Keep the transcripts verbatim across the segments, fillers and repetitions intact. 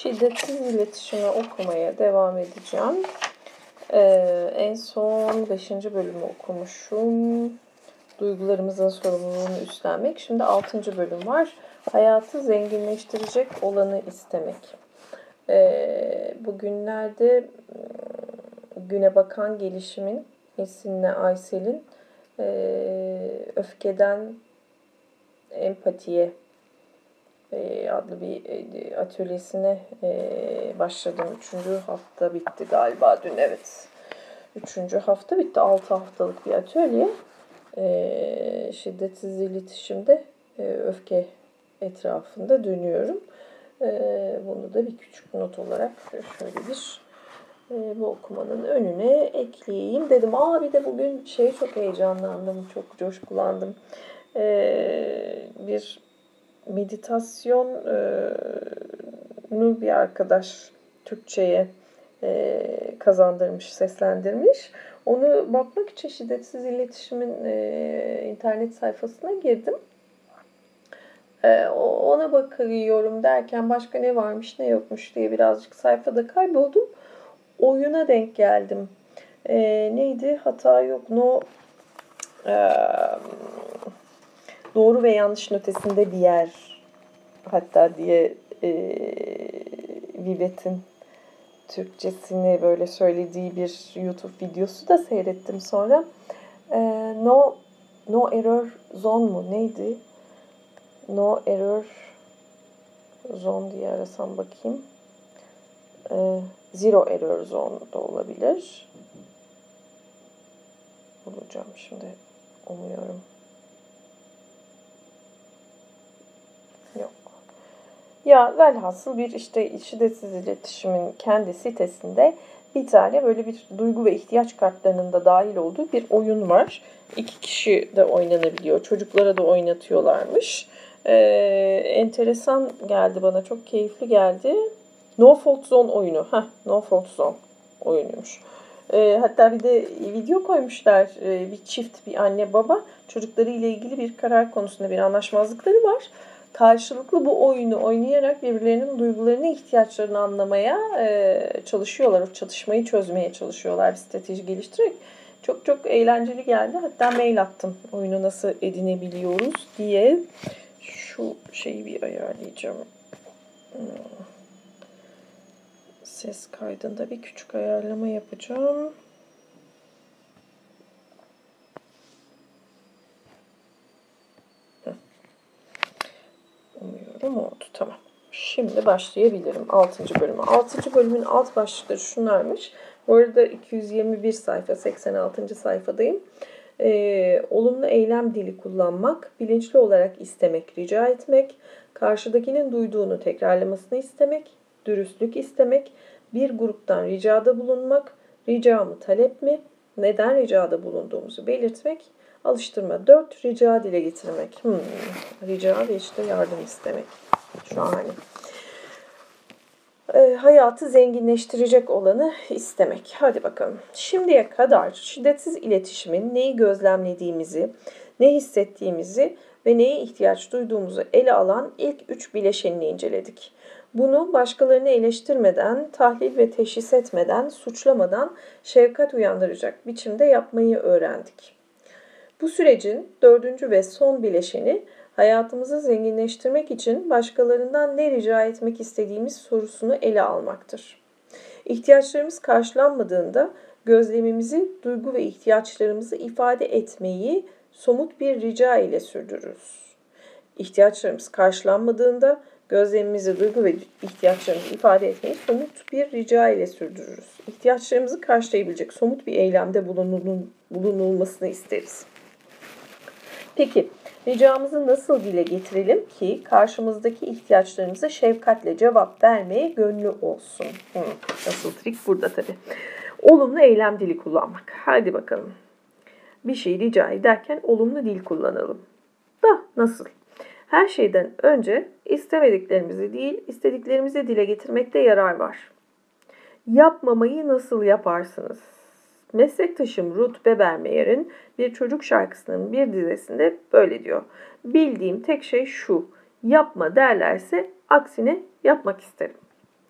Şiddetsiz iletişimi okumaya devam edeceğim. Ee, en son beşinci bölümü okumuşum. Duygularımızın sorumluluğunu üstlenmek. Şimdi altıncı bölüm var. Hayatı zenginleştirecek olanı istemek. Ee, bugünlerde güne bakan gelişimin, Esin'le Aysel'in e, öfkeden empatiye adlı bir atölyesine başladım. Üçüncü hafta bitti galiba dün, evet. Üçüncü hafta bitti. Altı haftalık bir atölye. Şiddetsiz iletişimde öfke etrafında dönüyorum. Bunu da bir küçük not olarak şöyle bir bu okumanın önüne ekleyeyim dedim. Aa bir de bugün şey çok heyecanlandım, çok coşkulandım. Bir meditasyonu bir arkadaş Türkçe'ye kazandırmış, seslendirmiş. Onu bakmak için Şiddetsiz İletişim'in internet sayfasına girdim. Ona bakıyorum derken başka ne varmış ne yokmuş diye birazcık sayfada kayboldum. Oyuna denk geldim. Neydi? Hata yok. No doğru ve yanlışın ötesinde bir yer hatta diye e, Vivet'in Türkçesini böyle söylediği bir YouTube videosu da seyrettim sonra. E, no No Error Zone mu neydi? No Error Zone diye arasam bakayım. E, Zero Error Zone da olabilir. Bulacağım şimdi. Umuyorum. Yok. Ya velhasıl bir işte şiddetsiz iletişimin kendi sitesinde bir tane böyle bir duygu ve ihtiyaç kartlarının da dahil olduğu bir oyun var. İki kişi de oynanabiliyor. Çocuklara da oynatıyorlarmış. Ee, enteresan geldi bana. Çok keyifli geldi. No Fault Zone oyunu. Heh, No Fault Zone oyunuymuş. E, hatta bir de video koymuşlar. E, bir çift, bir anne baba çocukları ile ilgili bir karar konusunda bir anlaşmazlıkları var. Karşılıklı bu oyunu oynayarak birbirlerinin duygularını, ihtiyaçlarını anlamaya e, çalışıyorlar. O çatışmayı çözmeye çalışıyorlar bir strateji geliştirerek. Çok çok eğlenceli geldi. Hatta mail attım oyunu nasıl edinebiliyoruz diye. Şu şeyi bir ayarlayacağım. Hmm. Ses kaydında bir küçük ayarlama yapacağım. Umuyorum oldu. Tamam. Şimdi başlayabilirim altıncı bölümü. altıncı bölümün alt başlıkları şunlarmış. Bu arada iki yüz yirmi bir sayfa, seksen altıncı sayfadayım. Ee, olumlu eylem dili kullanmak, bilinçli olarak istemek, rica etmek, karşıdakinin duyduğunu tekrarlamasını istemek, dürüstlük istemek, bir gruptan ricada bulunmak, rica mı talep mi, neden ricada bulunduğumuzu belirtmek, alıştırma dört, rica dile getirmek. Hmm, rica ve işte yardım istemek. Şahane. E, hayatı zenginleştirecek olanı istemek. Hadi bakalım. Şimdiye kadar şiddetsiz iletişimin neyi gözlemlediğimizi, ne hissettiğimizi ve neye ihtiyaç duyduğumuzu ele alan ilk üç bileşenini inceledik. Bunu başkalarını eleştirmeden, tahlil ve teşhis etmeden, suçlamadan şefkat uyandıracak biçimde yapmayı öğrendik. Bu sürecin dördüncü ve son bileşeni hayatımızı zenginleştirmek için başkalarından ne rica etmek istediğimiz sorusunu ele almaktır. İhtiyaçlarımız karşılanmadığında gözlemimizi, duygu ve ihtiyaçlarımızı ifade etmeyi somut bir rica ile sürdürürüz. İhtiyaçlarımız karşılanmadığında gözlemimizi, duygu ve ihtiyaçlarımızı ifade etmeyi somut bir rica ile sürdürürüz. İhtiyaçlarımızı karşılayabilecek somut bir eylemde bulunulmasını isteriz. Peki, ricamızı nasıl dile getirelim ki karşımızdaki ihtiyaçlarımıza şefkatle cevap vermeye gönlü olsun? Hmm, asıl trik burada tabii. Olumlu eylem dili kullanmak. Hadi bakalım. Bir şey rica ederken olumlu dil kullanalım. Da nasıl? Her şeyden önce istemediklerimizi değil, istediklerimizi dile getirmekte yarar var. Yapmamayı nasıl yaparsınız? Meslektaşım Ruth Bebermeyer'in bir çocuk şarkısının bir dizesinde böyle diyor. Bildiğim tek şey şu, yapma derlerse aksine yapmak isterim.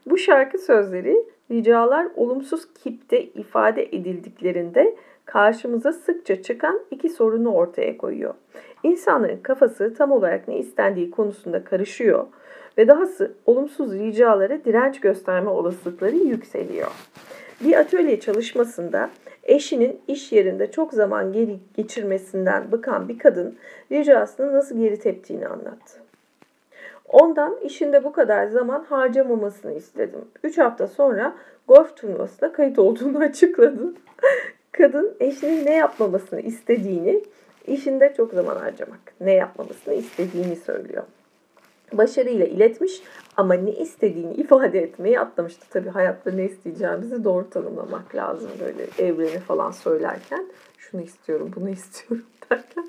Bu şarkı sözleri ricalar olumsuz kipte ifade edildiklerinde karşımıza sıkça çıkan iki sorunu ortaya koyuyor. İnsanların kafası tam olarak ne istendiği konusunda karışıyor ve dahası olumsuz ricalara direnç gösterme olasılıkları yükseliyor. Bir atölye çalışmasında eşinin iş yerinde çok zaman geri geçirmesinden bıkan bir kadın ricasını nasıl geri teptiğini anlattı. Ondan işinde bu kadar zaman harcamamasını istedim. Üç hafta sonra golf turnuvasına kayıt olduğunu açıkladı. Kadın eşinin ne yapmamasını istediğini, işinde çok zaman harcamak, ne yapmamasını istediğini söylüyor. Başarıyla iletmiş ama ne istediğini ifade etmeyi atlamıştı. Tabii hayatta ne isteyeceğimizi doğru tanımlamak lazım böyle evreni falan söylerken. Şunu istiyorum, bunu istiyorum derken.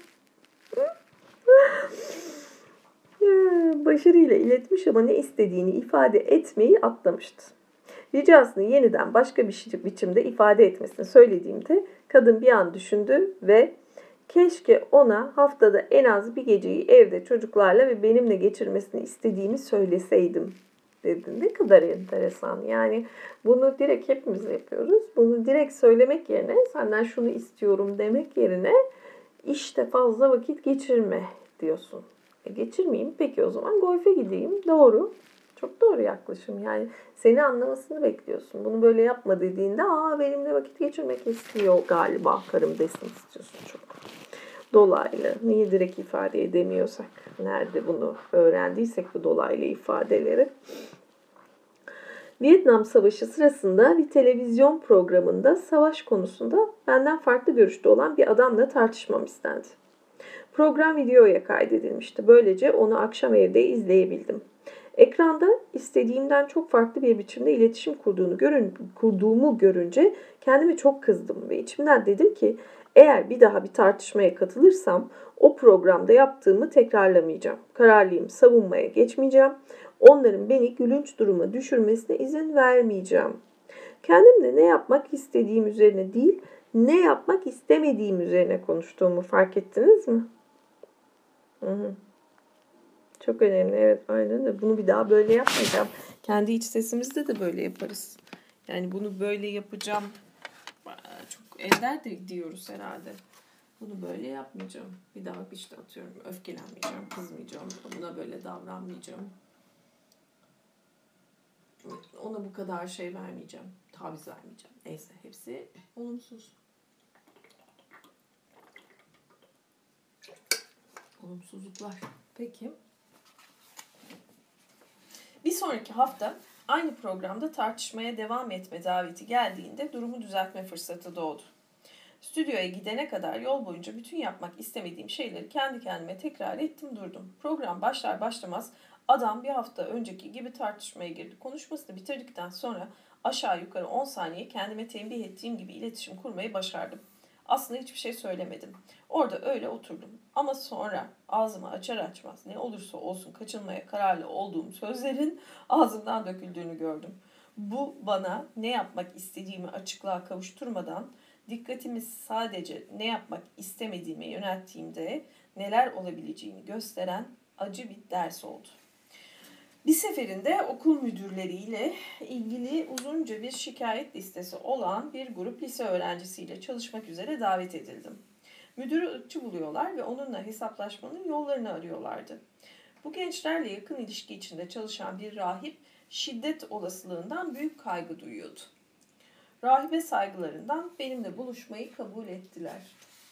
Başarıyla iletmiş ama ne istediğini ifade etmeyi atlamıştı. Ricasını yeniden başka bir biçimde ifade etmesini söylediğimde kadın bir an düşündü ve keşke ona haftada en az bir geceyi evde çocuklarla ve benimle geçirmesini istediğimi söyleseydim dedi. Ne kadar enteresan. Yani bunu direkt hepimiz yapıyoruz. Bunu direkt söylemek yerine, senden şunu istiyorum demek yerine işte fazla vakit geçirme diyorsun. E geçirmeyeyim. Peki o zaman golfe gideyim. Doğru. Çok doğru yaklaşım. Yani seni anlamasını bekliyorsun. Bunu böyle yapma dediğinde aa benimle vakit geçirmek istiyor galiba karım desin istiyorsun çok. Dolaylı. Niye direkt ifade edemiyorsak? Nerede bunu öğrendiysek bu dolaylı ifadeleri. Vietnam Savaşı sırasında bir televizyon programında savaş konusunda benden farklı görüşte olan bir adamla tartışmam istendi. Program videoya kaydedilmişti. Böylece onu akşam evde izleyebildim. Ekranda istediğimden çok farklı bir biçimde iletişim kurduğunu görün, kurduğumu görünce kendime çok kızdım ve içimden dedim ki eğer bir daha bir tartışmaya katılırsam o programda yaptığımı tekrarlamayacağım. Kararlıyım, savunmaya geçmeyeceğim. Onların beni gülünç duruma düşürmesine izin vermeyeceğim. Kendimle ne yapmak istediğim üzerine değil, ne yapmak istemediğim üzerine konuştuğumu fark ettiniz mi? Hı hı. Çok önemli, evet, aynen de. Bunu bir daha böyle yapmayacağım. Kendi iç sesimizde de böyle yaparız. Yani bunu böyle yapacağım. Çok ender de diyoruz herhalde. Bunu böyle yapmayacağım. Bir daha işte atıyorum. Öfkelenmeyeceğim, kızmayacağım. Buna böyle davranmayacağım. Ona bu kadar şey vermeyeceğim. Taviz vermeyeceğim. Neyse, hepsi olumsuz. Olumsuzluklar. Peki. Bir sonraki hafta aynı programda tartışmaya devam etme daveti geldiğinde durumu düzeltme fırsatı doğdu. Stüdyoya gidene kadar yol boyunca bütün yapmak istemediğim şeyleri kendi kendime tekrar ettim durdum. Program başlar başlamaz adam bir hafta önceki gibi tartışmaya girdi. Konuşmasını bitirdikten sonra aşağı yukarı on saniye kendime tembih ettiğim gibi iletişim kurmayı başardım. Aslında hiçbir şey söylemedim. Orada öyle oturdum. Ama sonra ağzımı açar açmaz ne olursa olsun kaçınmaya kararlı olduğum sözlerin ağzımdan döküldüğünü gördüm. Bu bana ne yapmak istediğimi açıklığa kavuşturmadan dikkatimi sadece ne yapmak istemediğime yönelttiğimde neler olabileceğini gösteren acı bir ders oldu. Bir seferinde okul müdürleriyle ilgili uzunca bir şikayet listesi olan bir grup lise öğrencisiyle çalışmak üzere davet edildim. Müdürü ırkçı buluyorlar ve onunla hesaplaşmanın yollarını arıyorlardı. Bu gençlerle yakın ilişki içinde çalışan bir rahip şiddet olasılığından büyük kaygı duyuyordu. Rahibe saygılarından benimle buluşmayı kabul ettiler.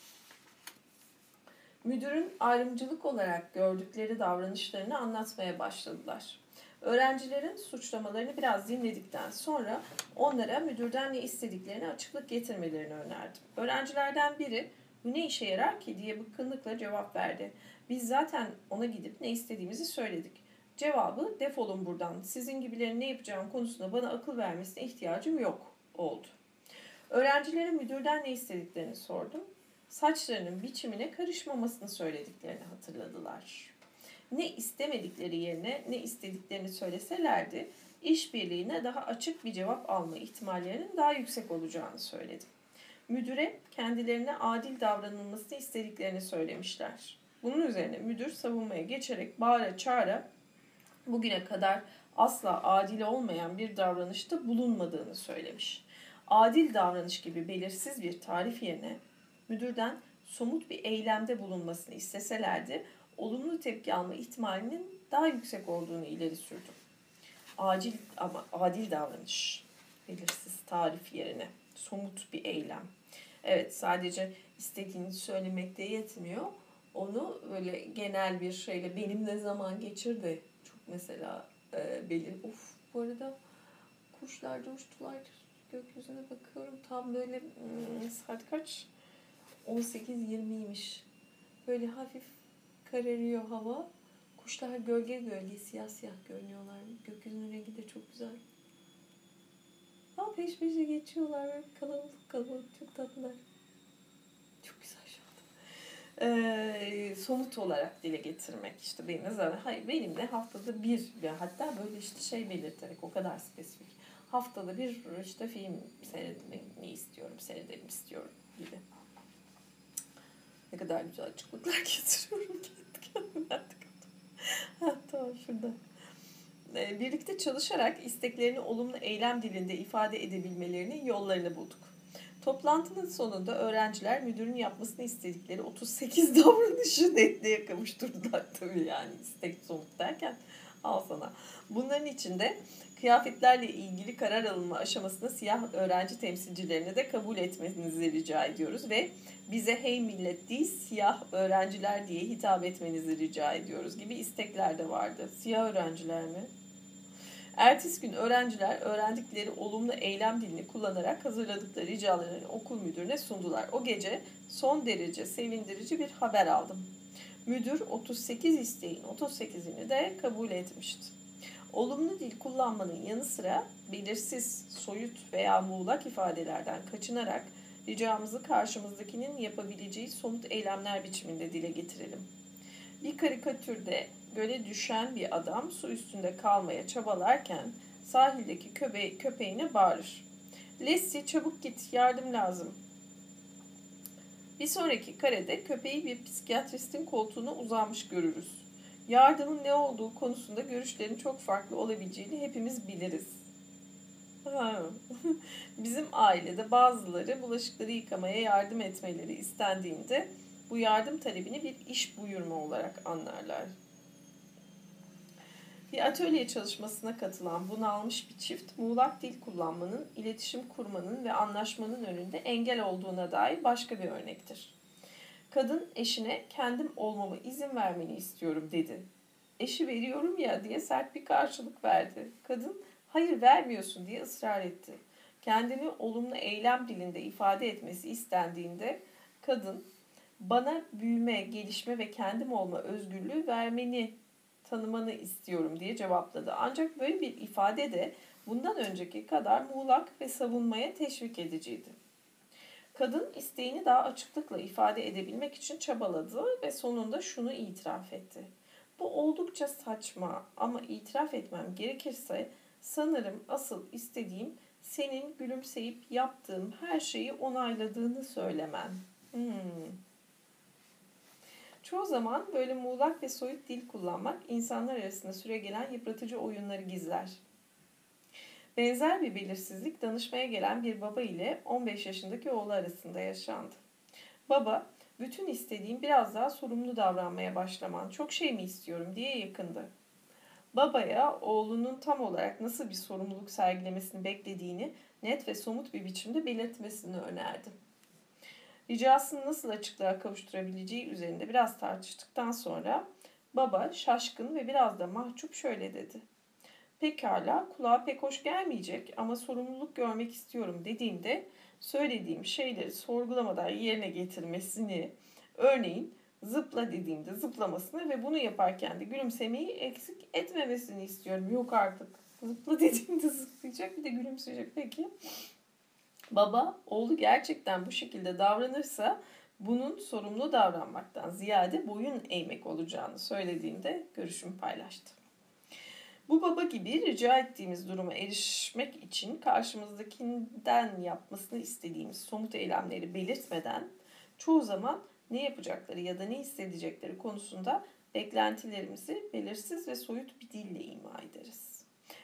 Müdürün ayrımcılık olarak gördükleri davranışlarını anlatmaya başladılar. Öğrencilerin suçlamalarını biraz dinledikten sonra onlara müdürden ne istediklerini açıklık getirmelerini önerdim. Öğrencilerden biri bu ne işe yarar ki diye bıkkınlıkla cevap verdi. Biz zaten ona gidip ne istediğimizi söyledik. Cevabı defolun buradan, sizin gibilerin ne yapacağım konusunda bana akıl vermesine ihtiyacım yok oldu. Öğrencilere müdürden ne istediklerini sordum. Saçlarının biçimine karışmamasını söylediklerini hatırladılar. Ne istemedikleri yerine ne istediklerini söyleselerdi, işbirliğine daha açık bir cevap alma ihtimallerinin daha yüksek olacağını söyledim. Müdüre kendilerine adil davranılmasını istediklerini söylemişler. Bunun üzerine müdür savunmaya geçerek bağıra çağıra bugüne kadar asla adil olmayan bir davranışta bulunmadığını söylemiş. Adil davranış gibi belirsiz bir tarif yerine müdürden somut bir eylemde bulunmasını isteselerdi, olumlu tepki alma ihtimalinin daha yüksek olduğunu ileri sürdü. Acil ama adil davranış, belirsiz tarif yerine somut bir eylem. Evet, sadece istediğini söylemekte yetmiyor. Onu böyle genel bir şeyle benimle zaman geçir de çok mesela e, belir. Of, bu arada kuşlar coştular. Gökyüzüne bakıyorum. Tam böyle hmm, saat kaç? on sekiz yirmiymiş. Böyle hafif kararıyor hava. Kuşlar gölge gölge siyah siyah görünüyorlar. Gökyüzünün rengi de çok güzel. Ama peş peşe geçiyorlar. Böyle kalabalık kalabalık, çok tatlılar. Çok güzel şu anda. Ee, somut olarak dile getirmek işte benim zaten. Hayır, benim de haftada bir, hatta böyle işte şey belirterek, o kadar spesifik. Haftada bir işte film seyretmeyi istiyorum, seyredelim istiyorum gibi. Ne kadar güzel açıklıklar getiriyorum kendi kendime. Ha, tamam, şurada. Ee, birlikte çalışarak isteklerini olumlu eylem dilinde ifade edebilmelerinin yollarını bulduk. Toplantının sonunda öğrenciler müdürün yapmasını istedikleri otuz sekiz davranışı netliğe kavuşturdular tabii, yani istek somut derken al sana. Bunların içinde kıyafetlerle ilgili karar alınma aşamasında siyah öğrenci temsilcilerini de kabul etmenizi rica ediyoruz ve bize hey millet değil siyah öğrenciler diye hitap etmenizi rica ediyoruz gibi istekler de vardı. Siyah öğrenciler mi? Ertesi gün öğrenciler öğrendikleri olumlu eylem dilini kullanarak hazırladıkları ricalarını okul müdürüne sundular. O gece son derece sevindirici bir haber aldım. Müdür otuz sekiz isteğin otuz sekizini de kabul etmişti. Olumlu dil kullanmanın yanı sıra belirsiz, soyut veya muğlak ifadelerden kaçınarak ricamızı karşımızdakinin yapabileceği somut eylemler biçiminde dile getirelim. Bir karikatürde göle düşen bir adam su üstünde kalmaya çabalarken sahildeki köpe köpeğine bağırır. Lassie, çabuk git, yardım lazım. Bir sonraki karede köpeği bir psikiyatristin koltuğuna uzanmış görürüz. Yardımın ne olduğu konusunda görüşlerin çok farklı olabileceğini hepimiz biliriz. Bizim ailede bazıları bulaşıkları yıkamaya yardım etmeleri istendiğinde bu yardım talebini bir iş buyurma olarak anlarlar. Bir atölye çalışmasına katılan bunalmış bir çift, muğlak dil kullanmanın, iletişim kurmanın ve anlaşmanın önünde engel olduğuna dair başka bir örnektir. Kadın eşine kendim olmama izin vermeni istiyorum dedi. Eşi veriyorum ya diye sert bir karşılık verdi. Kadın hayır vermiyorsun diye ısrar etti. Kendini olumlu eylem dilinde ifade etmesi istendiğinde kadın bana büyüme, gelişme ve kendim olma özgürlüğü vermeni, tanımanı istiyorum diye cevapladı. Ancak böyle bir ifade de bundan önceki kadar muğlak ve savunmaya teşvik ediciydi. Kadın isteğini daha açıklıkla ifade edebilmek için çabaladı ve sonunda şunu itiraf etti. Bu oldukça saçma ama itiraf etmem gerekirse sanırım asıl istediğim senin gülümseyip yaptığım her şeyi onayladığını söylemen. Hmm. Çoğu zaman böyle muğlak ve soyut dil kullanmak insanlar arasında süregelen yıpratıcı oyunları gizler. Benzer bir belirsizlik danışmaya gelen bir baba ile on beş yaşındaki oğlu arasında yaşandı. Baba, bütün istediğim biraz daha sorumlu davranmaya başlaman, çok şey mi istiyorum diye yakındı. Babaya oğlunun tam olarak nasıl bir sorumluluk sergilemesini beklediğini net ve somut bir biçimde belirtmesini önerdi. Ricasını nasıl açıklığa kavuşturabileceği üzerinde biraz tartıştıktan sonra baba şaşkın ve biraz da mahcup şöyle dedi. Pekala, kulağa pek hoş gelmeyecek ama sorumluluk görmek istiyorum dediğimde söylediğim şeyleri sorgulamadan yerine getirmesini, örneğin zıpla dediğimde zıplamasını ve bunu yaparken de gülümsemeyi eksik etmemesini istiyorum. Yok artık. Zıpla dediğimde zıplayacak bir de gülümseyecek. Peki. Baba, oğlu gerçekten bu şekilde davranırsa bunun sorumlu davranmaktan ziyade boyun eğmek olacağını söylediğinde görüşümü paylaştı. Bu baba gibi rica ettiğimiz duruma erişmek için karşımızdakinden yapmasını istediğimiz somut eylemleri belirtmeden çoğu zaman ne yapacakları ya da ne hissedecekleri konusunda beklentilerimizi belirsiz ve soyut bir dille ima ederiz.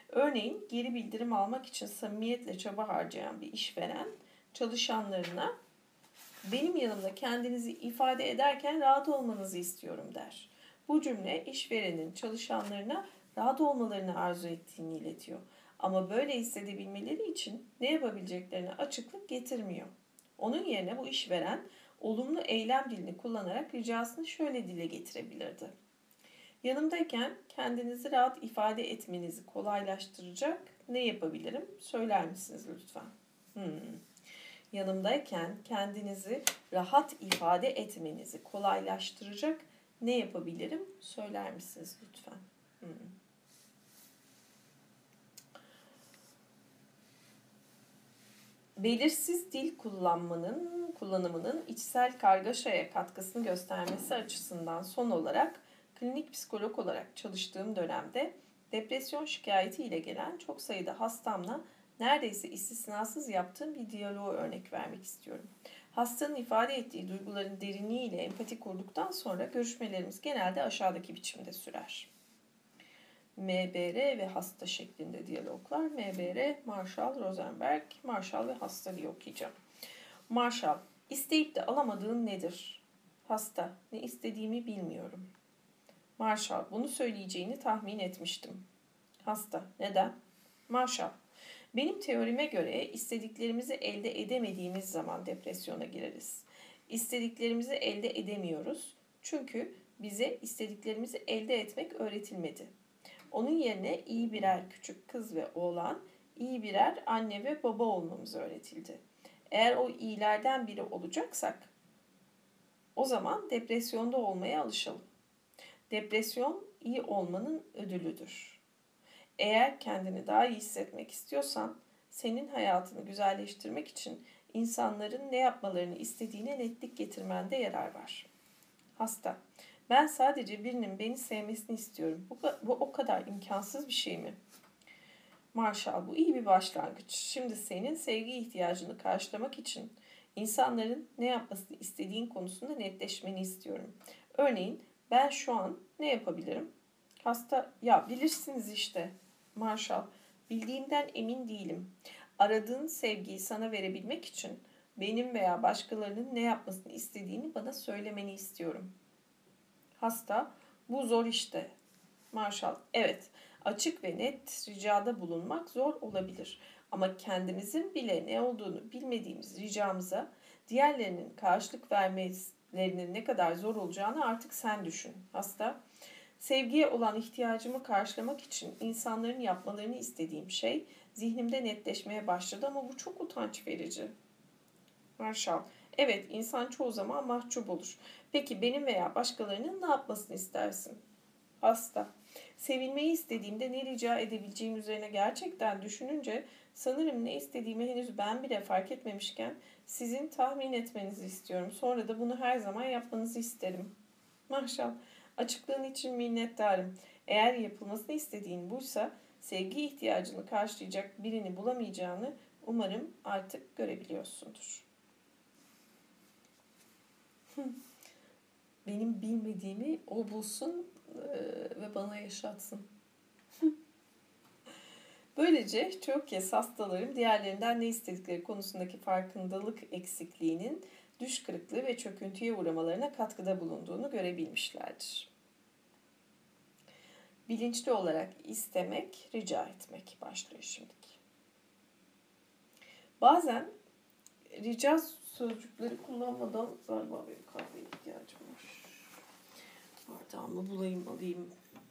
Örneğin geri bildirim almak için samimiyetle çaba harcayan bir işveren çalışanlarına benim yanımda kendinizi ifade ederken rahat olmanızı istiyorum der. Bu cümle işverenin çalışanlarına rahat olmalarını arzu ettiğini iletiyor. Ama böyle hissedebilmeleri için ne yapabileceklerine açıklık getirmiyor. Onun yerine bu işveren olumlu eylem dilini kullanarak ricasını şöyle dile getirebilirdi. Yanımdayken kendinizi rahat ifade etmenizi kolaylaştıracak ne yapabilirim? Söyler misiniz lütfen? Hmm. Yanımdayken kendinizi rahat ifade etmenizi kolaylaştıracak ne yapabilirim? Söyler misiniz lütfen? Hmm. Belirsiz dil kullanmanın, kullanımının içsel kargaşaya katkısını göstermesi açısından son olarak klinik psikolog olarak çalıştığım dönemde depresyon şikayeti ile gelen çok sayıda hastamla neredeyse istisnasız yaptığım bir diyaloğu örnek vermek istiyorum. Hastanın ifade ettiği duyguların derinliğiyle empati kurduktan sonra görüşmelerimiz genelde aşağıdaki biçimde sürer. M B R ve hasta şeklinde diyaloglar. M B R, Marshall, Rosenberg, Marshall ve hasta diye okuyacağım. Marshall, isteyip de alamadığın nedir? Hasta, ne istediğimi bilmiyorum. Marshall, bunu söyleyeceğini tahmin etmiştim. Hasta, neden? Marshall, benim teorime göre istediklerimizi elde edemediğimiz zaman depresyona gireriz. İstediklerimizi elde edemiyoruz çünkü bize istediklerimizi elde etmek öğretilmedi. Onun yerine iyi birer küçük kız ve oğlan, iyi birer anne ve baba olmamız öğretildi. Eğer o iyilerden biri olacaksak, o zaman depresyonda olmaya alışalım. Depresyon iyi olmanın ödülüdür. Eğer kendini daha iyi hissetmek istiyorsan, senin hayatını güzelleştirmek için insanların ne yapmalarını istediğine netlik getirmende yarar var. Hasta, ben sadece birinin beni sevmesini istiyorum. Bu, bu o kadar imkansız bir şey mi? Marshall, bu iyi bir başlangıç. Şimdi senin sevgi ihtiyacını karşılamak için insanların ne yapmasını istediğin konusunda netleşmeni istiyorum. Örneğin ben şu an ne yapabilirim? Hasta, ya bilirsiniz işte. Marshall, bildiğimden emin değilim. Aradığın sevgiyi sana verebilmek için benim veya başkalarının ne yapmasını istediğini bana söylemeni istiyorum. Hasta, bu zor işte. Marshall, evet, açık ve net ricada bulunmak zor olabilir. Ama kendimizin bile ne olduğunu bilmediğimiz ricamıza diğerlerinin karşılık vermelerinin ne kadar zor olacağını artık sen düşün. Hasta, sevgiye olan ihtiyacımı karşılamak için insanların yapmalarını istediğim şey zihnimde netleşmeye başladı ama bu çok utanç verici. Marshall, evet, insan çoğu zaman mahcup olur. Peki benim veya başkalarının ne yapmasını istersin? Hasta, sevilmeyi istediğimde ne rica edebileceğim üzerine gerçekten düşününce sanırım ne istediğimi henüz ben bile fark etmemişken sizin tahmin etmenizi istiyorum. Sonra da bunu her zaman yapmanızı isterim. Marshall, açıklığın için minnettarım. Eğer yapılmasını istediğin buysa sevgi ihtiyacını karşılayacak birini bulamayacağını umarım artık görebiliyorsundur. Benim bilmediğimi o bulsun ve bana yaşatsın. Böylece çok kez hastalarım diğerlerinden ne istedikleri konusundaki farkındalık eksikliğinin düş kırıklığı ve çöküntüye uğramalarına katkıda bulunduğunu görebilmişlerdir. Bilinçli olarak istemek, rica etmek başlıyor şimdiki. Bazen rica sözcükleri kullanmadan galiba benim kahveye ihtiyacım var. Bardağımı bulayım, alayım.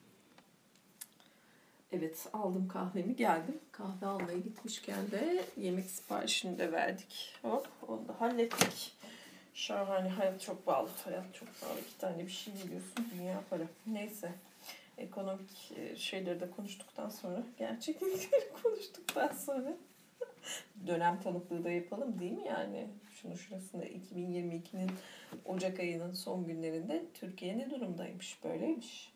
Evet, aldım kahvemi, geldim. Kahve almaya gitmişken de yemek siparişini de verdik. Hop, onu da hallettik. Şahane, hayat çok pahalı. Hayat çok pahalı. İki tane bir şey biliyorsun, dünya para. Neyse, ekonomik şeyleri de konuştuktan sonra, gerçeklikleri konuştuktan sonra dönem tanıklığı da yapalım değil mi yani? Şunu şurasında iki bin yirmi ikinin Ocak ayının son günlerinde Türkiye ne durumdaymış? Böyleymiş.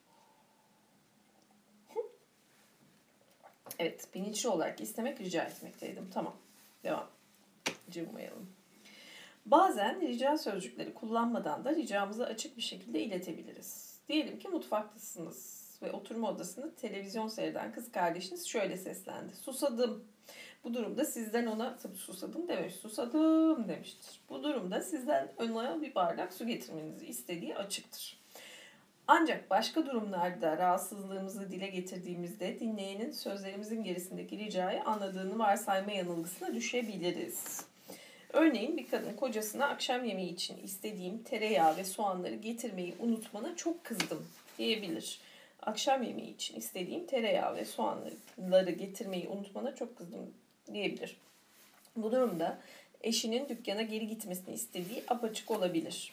Evet, bilinçli olarak istemek, rica etmekteydim. Tamam, devam. Cıvmayalım. Bazen rica sözcükleri kullanmadan da ricamızı açık bir şekilde iletebiliriz. Diyelim ki mutfaktasınız ve oturma odasında televizyon seyreden kız kardeşiniz şöyle seslendi. Susadım. Bu durumda sizden ona, tabii susadım dememiş, susadım demiştir. Bu durumda sizden ona bir bardak su getirmenizi istediği açıktır. Ancak başka durumlarda rahatsızlığımızı dile getirdiğimizde dinleyenin sözlerimizin gerisindeki ricayı anladığını varsayma yanılgısına düşebiliriz. Örneğin bir kadın kocasına akşam yemeği için istediğim tereyağı ve soğanları getirmeyi unutmana çok kızdım diyebilir. Akşam yemeği için istediğim tereyağı ve soğanları getirmeyi unutmana çok kızdım diyebilir. Bu durumda eşinin dükkana geri gitmesini istediği apaçık olabilir.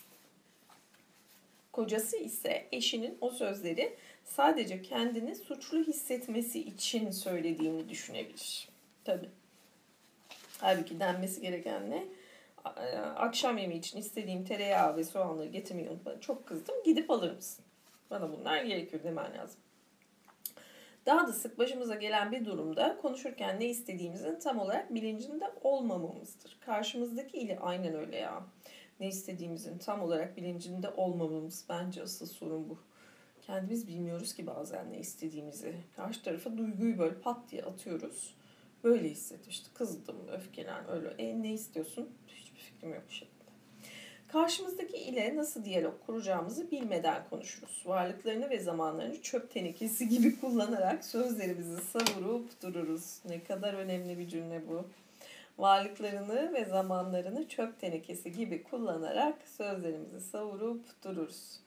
Kocası ise eşinin o sözleri sadece kendini suçlu hissetmesi için söylediğini düşünebilir. Tabii. Halbuki denmesi gereken ne? Akşam yemeği için istediğim tereyağı ve soğanları getirmeyi unutmadım. Çok kızdım. Gidip alır mısın? Bana bunlar gerekiyor demen lazım. Daha da sık başımıza gelen bir durumda konuşurken ne istediğimizin tam olarak bilincinde olmamamızdır. Karşımızdaki ile aynen öyle ya. Ne istediğimizin tam olarak bilincinde olmamamız. Bence asıl sorun bu. Kendimiz bilmiyoruz ki bazen ne istediğimizi. Karşı tarafa duyguyu böyle pat diye atıyoruz. Böyle hissetmişti. Kızdım, öfkelen, öyle. E ne istiyorsun? Hiçbir fikrim yok şeklinde. Karşımızdaki ile nasıl diyalog kuracağımızı bilmeden konuşuruz. Varlıklarını ve zamanlarını çöp tenekesi gibi kullanarak sözlerimizi savurup dururuz. Ne kadar önemli bir cümle bu. Varlıklarını ve zamanlarını çöp tenekesi gibi kullanarak sözlerimizi savurup dururuz.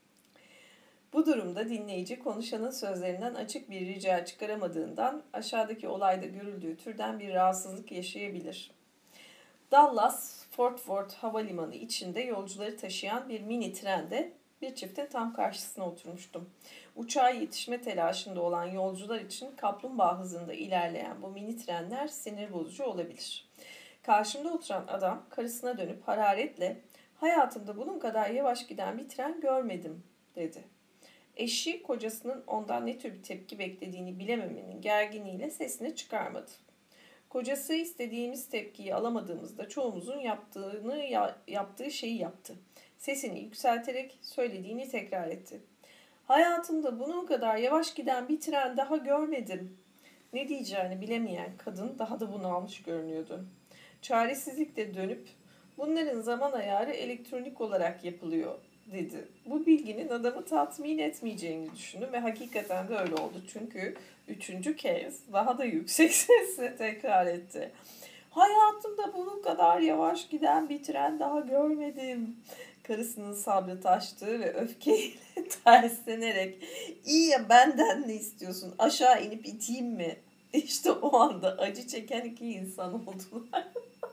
Bu durumda dinleyici konuşanın sözlerinden açık bir rica çıkaramadığından aşağıdaki olayda görüldüğü türden bir rahatsızlık yaşayabilir. Dallas Fort Worth Havalimanı içinde yolcuları taşıyan bir mini trende bir çiftin tam karşısına oturmuştum. Uçağa yetişme telaşında olan yolcular için kaplumbağa hızında ilerleyen bu mini trenler sinir bozucu olabilir. Karşımda oturan adam karısına dönüp hararetle "Hayatımda bunun kadar yavaş giden bir tren görmedim," dedi. Eşi kocasının ondan ne tür bir tepki beklediğini bilememenin gerginliğiyle sesini çıkarmadı. Kocası istediğimiz tepkiyi alamadığımızda çoğumuzun yaptığını yaptığı şeyi yaptı. Sesini yükselterek söylediğini tekrar etti. "Hayatımda bunun kadar yavaş giden bir tren daha görmedim." Ne diyeceğini bilemeyen kadın daha da bunalmış görünüyordu. Çaresizlikle dönüp "Bunların zaman ayarı elektronik olarak yapılıyor," dedi. Bu bilginin adamı tatmin etmeyeceğini düşündüm ve hakikaten de öyle oldu. Çünkü üçüncü kez daha da yüksek sesle tekrar etti. "Hayatımda bunun kadar yavaş giden bir tren daha görmedim." Karısının sabrı taştı ve öfkeyle terslenerek "İyi ya benden ne istiyorsun? Aşağı inip iteyim mi?" İşte o anda acı çeken iki insan oldular.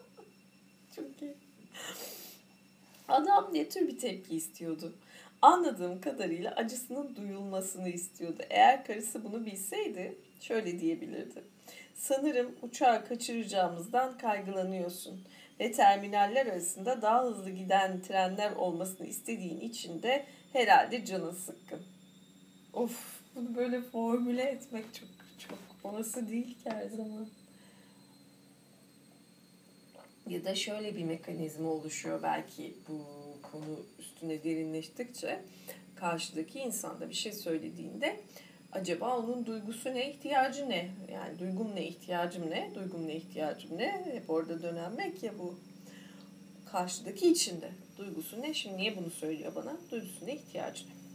Çok iyi. Adam ne tür bir tepki istiyordu? Anladığım kadarıyla acısının duyulmasını istiyordu. Eğer karısı bunu bilseydi şöyle diyebilirdi. "Sanırım uçağı kaçıracağımızdan kaygılanıyorsun ve terminaller arasında daha hızlı giden trenler olmasını istediğin için de herhalde canın sıkkın." Of, bunu böyle formüle etmek çok çok olası değil ki her zaman. Ya da şöyle bir mekanizma oluşuyor belki bu konu üstüne derinleştikçe. Karşıdaki insanda bir şey söylediğinde acaba onun duygusu ne, ihtiyacı ne? Yani duygum ne, ihtiyacım ne? Duygum ne, ihtiyacım ne? Hep orada dönenmek ya bu. Karşıdaki içinde duygusu ne? Şimdi niye bunu söylüyor bana? Duygusu ne, ihtiyacı ne?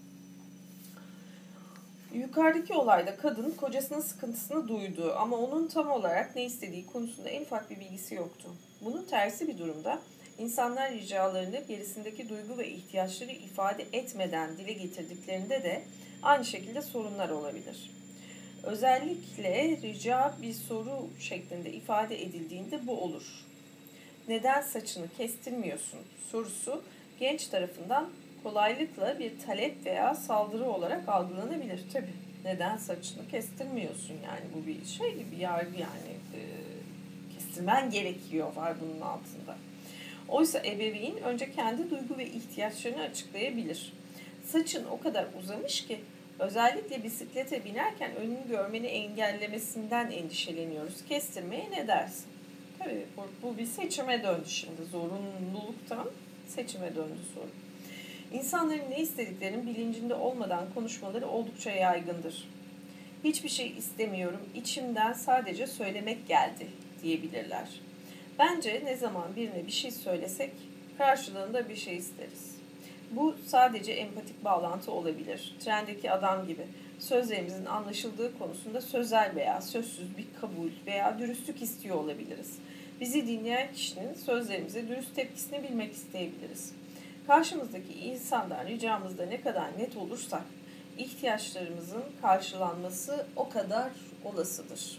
Yukarıdaki olayda kadın kocasının sıkıntısını duydu ama onun tam olarak ne istediği konusunda en ufak bir bilgisi yoktu. Bunun tersi bir durumda insanlar ricalarını gerisindeki duygu ve ihtiyaçları ifade etmeden dile getirdiklerinde de aynı şekilde sorunlar olabilir. Özellikle rica bir soru şeklinde ifade edildiğinde bu olur. "Neden saçını kestirmiyorsun?" sorusu genç tarafından kolaylıkla bir talep veya saldırı olarak algılanabilir. Tabii neden saçını kestirmiyorsun, yani bu bir şey bir yargı, yani e, kestirmen gerekiyor var bunun altında. Oysa ebeveyn önce kendi duygu ve ihtiyaçlarını açıklayabilir. "Saçın o kadar uzamış ki özellikle bisiklete binerken önünü görmeni engellemesinden endişeleniyoruz. Kestirmeye ne dersin?" Tabii bu bir seçime döndü şimdi. Zorunluluktan seçime döndü soru. İnsanların ne istediklerinin bilincinde olmadan konuşmaları oldukça yaygındır. Hiçbir şey istemiyorum, içimden sadece söylemek geldi diyebilirler. Bence ne zaman birine bir şey söylesek karşılığında bir şey isteriz. Bu sadece empatik bağlantı olabilir. Trendeki adam gibi sözlerimizin anlaşıldığı konusunda sözel veya sözsüz bir kabul veya dürüstlük istiyor olabiliriz. Bizi dinleyen kişinin sözlerimize dürüst tepkisini bilmek isteyebiliriz. Karşımızdaki insandan ricamızda ne kadar net olursak ihtiyaçlarımızın karşılanması o kadar olasıdır.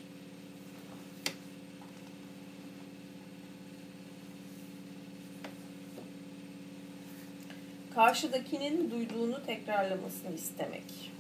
Karşıdakinin duyduğunu tekrarlamasını istemek.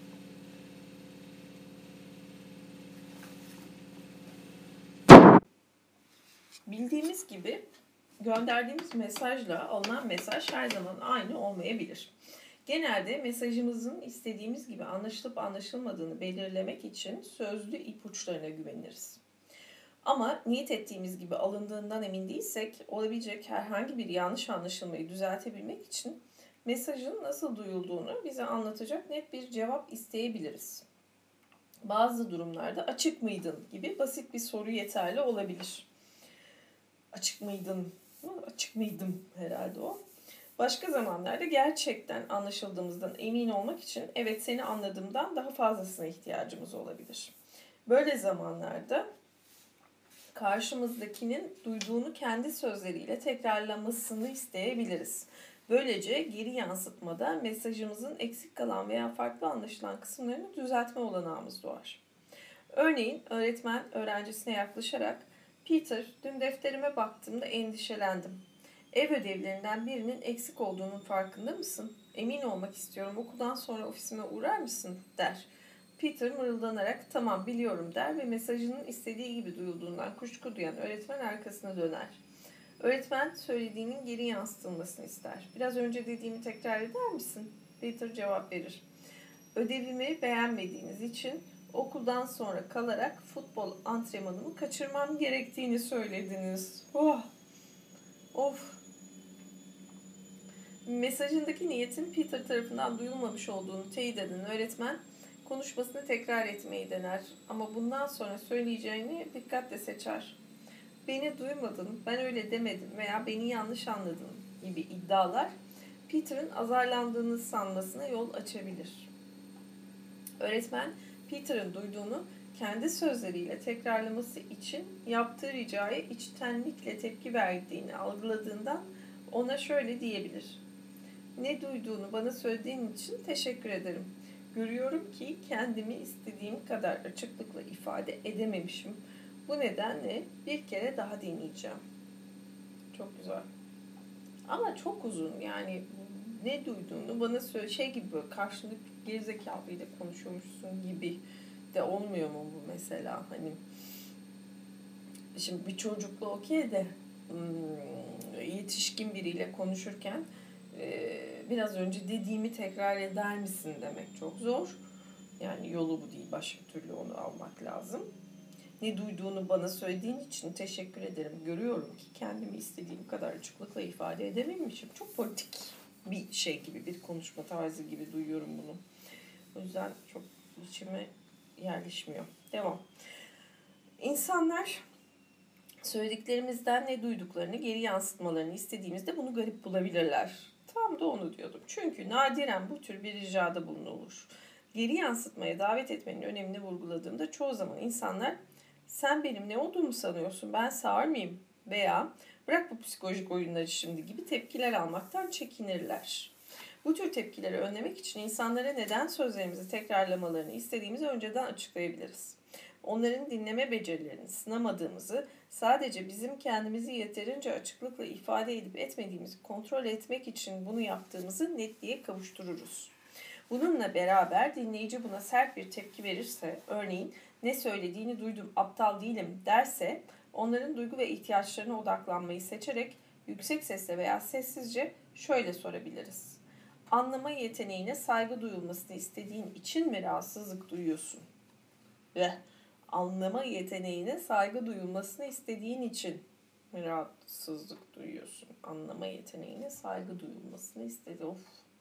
Bildiğimiz gibi gönderdiğimiz mesajla alınan mesaj her zaman aynı olmayabilir. Genelde mesajımızın istediğimiz gibi anlaşılıp anlaşılmadığını belirlemek için sözlü ipuçlarına güveniriz. Ama niyet ettiğimiz gibi alındığından emin değilsek olabilecek herhangi bir yanlış anlaşılmayı düzeltebilmek için mesajın nasıl duyulduğunu bize anlatacak net bir cevap isteyebiliriz. Bazı durumlarda açık mıydın gibi basit bir soru yeterli olabilir. Açık mıydın? Açık mıydım herhalde o. Başka zamanlarda gerçekten anlaşıldığımızdan emin olmak için evet seni anladığımdan daha fazlasına ihtiyacımız olabilir. Böyle zamanlarda karşımızdakinin duyduğunu kendi sözleriyle tekrarlamasını isteyebiliriz. Böylece geri yansıtmada mesajımızın eksik kalan veya farklı anlaşılan kısımlarını düzeltme olanağımız doğar. Örneğin öğretmen öğrencisine yaklaşarak "Peter, dün defterime baktığımda endişelendim. Ev ödevlerinden birinin eksik olduğunun farkında mısın? Emin olmak istiyorum. Okuldan sonra ofisime uğrar mısın?" der. Peter mırıldanarak "Tamam biliyorum" der ve mesajının istediği gibi duyulduğundan kuşku duyan öğretmen arkasına döner. Öğretmen söylediğinin geri yansıtılmasını ister. "Biraz önce dediğimi tekrar eder misin?" Peter cevap verir. "Ödevimi beğenmediğiniz için okuldan sonra kalarak futbol antrenmanımı kaçırmam gerektiğini söylediniz." Oh, of. Mesajındaki niyetin Peter tarafından duyulmamış olduğunu teyit eden öğretmen konuşmasını tekrar etmeyi dener. Ama bundan sonra söyleyeceğini dikkatle seçer. "Beni duymadın, ben öyle demedim veya beni yanlış anladın" gibi iddialar Peter'ın azarlandığını sanmasına yol açabilir. Öğretmen Peter'ın duyduğunu kendi sözleriyle tekrarlaması için yaptığı ricaya içtenlikle tepki verdiğini algıladığından ona şöyle diyebilir: "Ne duyduğunu bana söylediğin için teşekkür ederim. Görüyorum ki kendimi istediğim kadar açıklıkla ifade edememişim. Bu nedenle bir kere daha deneyeceğim." Çok güzel. Ama çok uzun, yani ne duyduğunu bana söyle, şey gibi böyle karşındaki gerizekalıyla konuşuyormuşsun gibi de olmuyor mu bu mesela? Hani şimdi bir çocukla okey de yetişkin biriyle konuşurken biraz önce dediğimi tekrar eder misin demek çok zor. Yani yolu bu değil, başka türlü onu almak lazım. "Ne duyduğunu bana söylediğin için teşekkür ederim. Görüyorum ki kendimi istediğim kadar açıklıkla ifade edememişim." Çok politik bir şey gibi, bir konuşma tarzı gibi duyuyorum bunu. O yüzden çok içime yerleşmiyor. Devam. İnsanlar söylediklerimizden ne duyduklarını geri yansıtmalarını istediğimizde bunu garip bulabilirler. Tam da onu diyordum. Çünkü nadiren bu tür bir ricada bulunulur. Geri yansıtmaya davet etmenin önemini vurguladığımda çoğu zaman insanlar "Sen benim ne olduğumu sanıyorsun, ben sağır mıyım?" veya "Bırak bu psikolojik oyunları şimdi" gibi tepkiler almaktan çekinirler. Bu tür tepkileri önlemek için insanlara neden sözlerimizi tekrarlamalarını istediğimizi önceden açıklayabiliriz. Onların dinleme becerilerini sınamadığımızı, sadece bizim kendimizi yeterince açıklıkla ifade edip etmediğimizi kontrol etmek için bunu yaptığımızı netliğe kavuştururuz. Bununla beraber dinleyici buna sert bir tepki verirse, örneğin "Ne söylediğini duydum, aptal değilim" derse, onların duygu ve ihtiyaçlarına odaklanmayı seçerek yüksek sesle veya sessizce şöyle sorabiliriz: "Anlama yeteneğine saygı duyulmasını istediğin için mi rahatsızlık duyuyorsun?" Ve anlama yeteneğine saygı duyulmasını istediğin için mi rahatsızlık duyuyorsun? Anlama yeteneğine saygı duyulmasını istedi. Of.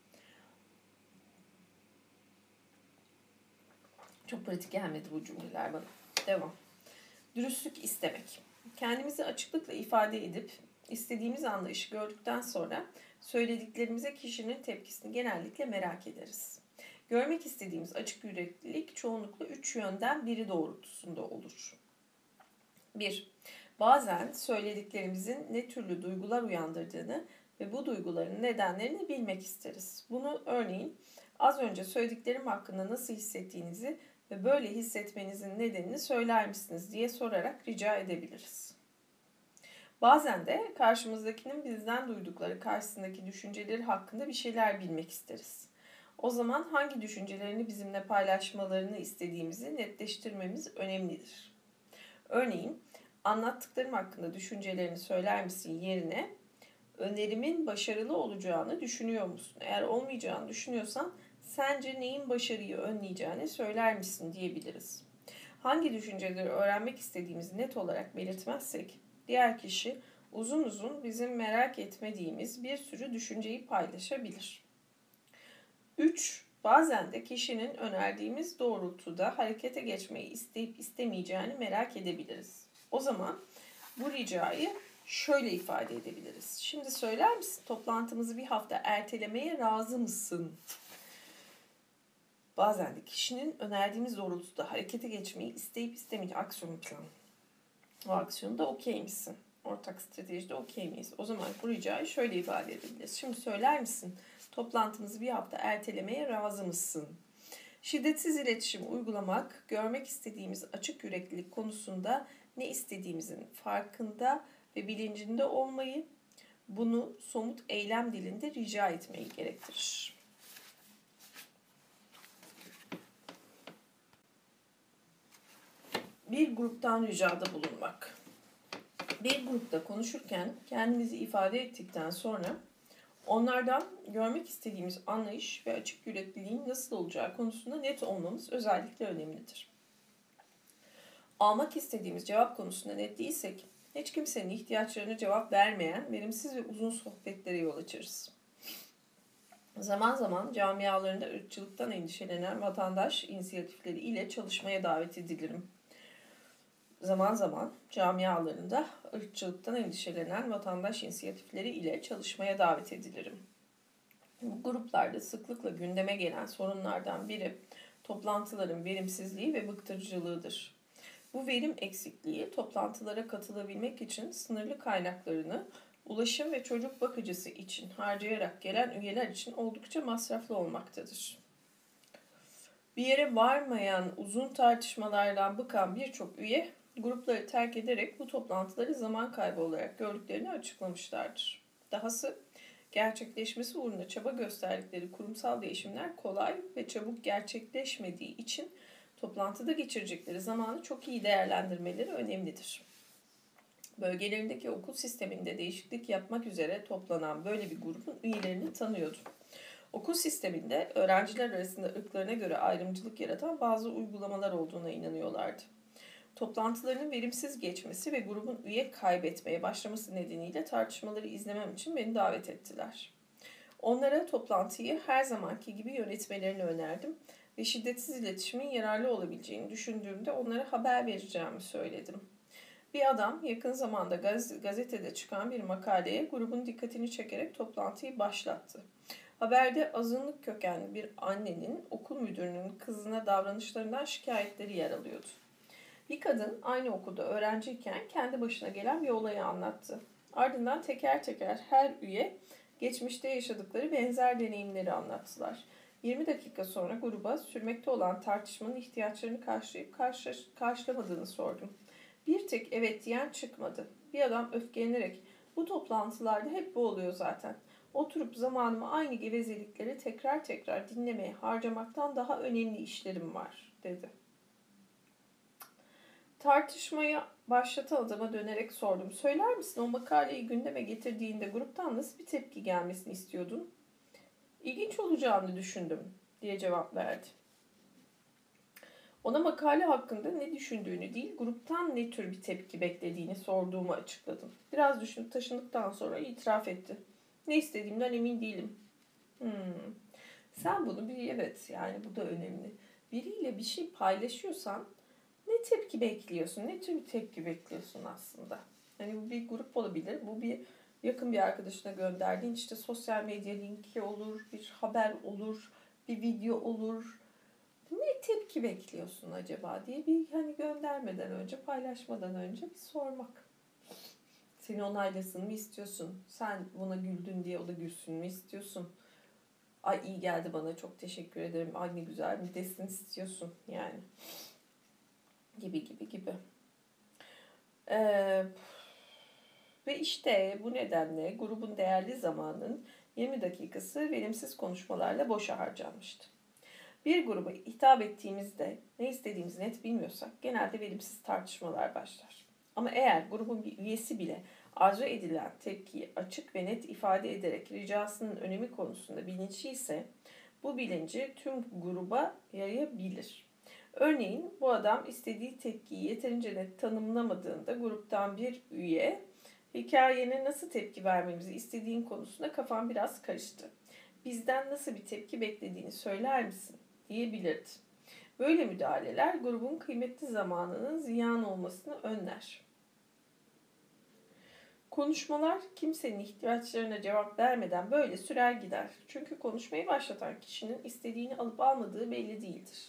Çok pratik gelmedi bu cümleler bana. Devam. Dürüstlük istemek. Kendimizi açıklıkla ifade edip istediğimiz anlayışı gördükten sonra söylediklerimize kişinin tepkisini genellikle merak ederiz. Görmek istediğimiz açık yüreklilik çoğunlukla üç yönden biri doğrultusunda olur. bir. Bazen söylediklerimizin ne türlü duygular uyandırdığını ve bu duyguların nedenlerini bilmek isteriz. Bunu örneğin az önce söylediklerim hakkında nasıl hissettiğinizi ve böyle hissetmenizin nedenini söyler misiniz diye sorarak rica edebiliriz. Bazen de karşımızdakinin bizden duydukları karşısındaki düşünceleri hakkında bir şeyler bilmek isteriz. O zaman hangi düşüncelerini bizimle paylaşmalarını istediğimizi netleştirmemiz önemlidir. Örneğin, anlattıklarım hakkında düşüncelerini söyler misin yerine önerimin başarılı olacağını düşünüyor musun? Eğer olmayacağını düşünüyorsan sence neyin başarıyı önleyeceğini söyler misin diyebiliriz. Hangi düşünceleri öğrenmek istediğimizi net olarak belirtmezsek diğer kişi uzun uzun bizim merak etmediğimiz bir sürü düşünceyi paylaşabilir. üç. Bazen de kişinin önerdiğimiz doğrultuda harekete geçmeyi isteyip istemeyeceğini merak edebiliriz. O zaman bu ricayı şöyle ifade edebiliriz. Şimdi söyler misin, toplantımızı bir hafta ertelemeye razı mısın? Bazen de kişinin önerdiğimiz doğrultuda harekete geçmeyi isteyip istemeyeceği aksiyon planı. O aksiyonda okey misin? Ortak stratejide okey miyiz? O zaman bu ricayı şöyle ifade edebiliriz. Şimdi söyler misin, toplantımızı bir hafta ertelemeye razı mısın? Şiddetsiz iletişim uygulamak, görmek istediğimiz açık yüreklilik konusunda ne istediğimizin farkında ve bilincinde olmayı, bunu somut eylem dilinde rica etmeyi gerektirir. Bir gruptan ricada bulunmak. Bir grupta konuşurken kendimizi ifade ettikten sonra onlardan görmek istediğimiz anlayış ve açık yürekliliğin nasıl olacağı konusunda net olmamız özellikle önemlidir. Almak istediğimiz cevap konusunda net değilsek, hiç kimsenin ihtiyaçlarına cevap vermeyen verimsiz ve uzun sohbetlere yol açarız. Zaman zaman camialarında ırkçılıktan endişelenen vatandaş inisiyatifleri ile çalışmaya davet edilirim. Zaman zaman camialarında ırkçılıktan endişelenen vatandaş inisiyatifleri ile çalışmaya davet edilirim. Bu gruplarda sıklıkla gündeme gelen sorunlardan biri toplantıların verimsizliği ve bıktırıcılığıdır. Bu verim eksikliği toplantılara katılabilmek için sınırlı kaynaklarını ulaşım ve çocuk bakıcısı için harcayarak gelen üyeler için oldukça masraflı olmaktadır. Bir yere varmayan uzun tartışmalardan bıkan birçok üye grupları terk ederek bu toplantıları zaman kaybı olarak gördüklerini açıklamışlardır. Dahası gerçekleşmesi uğruna çaba gösterdikleri kurumsal değişimler kolay ve çabuk gerçekleşmediği için toplantıda geçirecekleri zamanı çok iyi değerlendirmeleri önemlidir. Bölgelerindeki okul sisteminde değişiklik yapmak üzere toplanan böyle bir grubun üyelerini tanıyordum. Okul sisteminde öğrenciler arasında ırklarına göre ayrımcılık yaratan bazı uygulamalar olduğuna inanıyorlardı. Toplantılarının verimsiz geçmesi ve grubun üye kaybetmeye başlaması nedeniyle tartışmaları izlemem için beni davet ettiler. Onlara toplantıyı her zamanki gibi yönetmelerini önerdim ve şiddetsiz iletişimin yararlı olabileceğini düşündüğümde onlara haber vereceğimi söyledim. Bir adam yakın zamanda gaz- gazetede çıkan bir makaleye grubun dikkatini çekerek toplantıyı başlattı. Haberde azınlık kökenli bir annenin okul müdürünün kızına davranışlarından şikayetleri yer alıyordu. Bir kadın aynı okulda öğrenciyken kendi başına gelen bir olayı anlattı. Ardından teker teker her üye geçmişte yaşadıkları benzer deneyimleri anlattılar. yirmi dakika sonra gruba sürmekte olan tartışmanın ihtiyaçlarını karşılayıp karşı, karşılamadığını sordum. Bir tek evet diyen çıkmadı. Bir adam öfkelenerek bu toplantılarda hep bu oluyor zaten. Oturup zamanımı aynı gevezelikleri tekrar tekrar dinlemeye harcamaktan daha önemli işlerim var dedi. Tartışmayı başlatan adama dönerek sordum. Söyler misin o makaleyi gündeme getirdiğinde gruptan nasıl bir tepki gelmesini istiyordun? İlginç olacağını düşündüm diye cevap verdi. Ona makale hakkında ne düşündüğünü değil, gruptan ne tür bir tepki beklediğini sorduğumu açıkladım. Biraz düşünüp taşındıktan sonra itiraf etti. Ne istediğimden emin değilim. Hmm. Sen bunu bir evet, yani bu da önemli. biriyle bir şey paylaşıyorsan ne tepki bekliyorsun? Ne tür bir tepki bekliyorsun aslında? Hani bu bir grup olabilir. Bu bir yakın bir arkadaşına gönderdiğin işte sosyal medya linki olur, bir haber olur, bir video olur. Ne tepki bekliyorsun acaba diye bir hani göndermeden önce, paylaşmadan önce bir sormak. Seni onaylasın mı istiyorsun? Sen buna güldün diye o da gülsün mü istiyorsun? Ay iyi geldi bana, çok teşekkür ederim. Ay ne güzel mi desin istiyorsun yani. Gibi gibi gibi. Ee, ve işte bu nedenle grubun değerli zamanının yirmi dakikası verimsiz konuşmalarla boşa harcanmıştı. Bir gruba hitap ettiğimizde ne istediğimizi net bilmiyorsak genelde verimsiz tartışmalar başlar. Ama eğer grubun bir üyesi bile arzu edilen tepkiyi açık ve net ifade ederek ricasının önemi konusunda bilinçli ise bu bilinci tüm gruba yayabilir. Örneğin bu adam istediği tepkiyi yeterince net tanımlamadığında gruptan bir üye hikayene nasıl tepki vermemizi istediğin konusunda kafam biraz karıştı. Bizden nasıl bir tepki beklediğini söyler misin? Diyebilirdi. Böyle müdahaleler grubun kıymetli zamanının ziyan olmasını önler. Konuşmalar kimsenin ihtiyaçlarına cevap vermeden böyle sürer gider. Çünkü konuşmayı başlatan kişinin istediğini alıp almadığı belli değildir.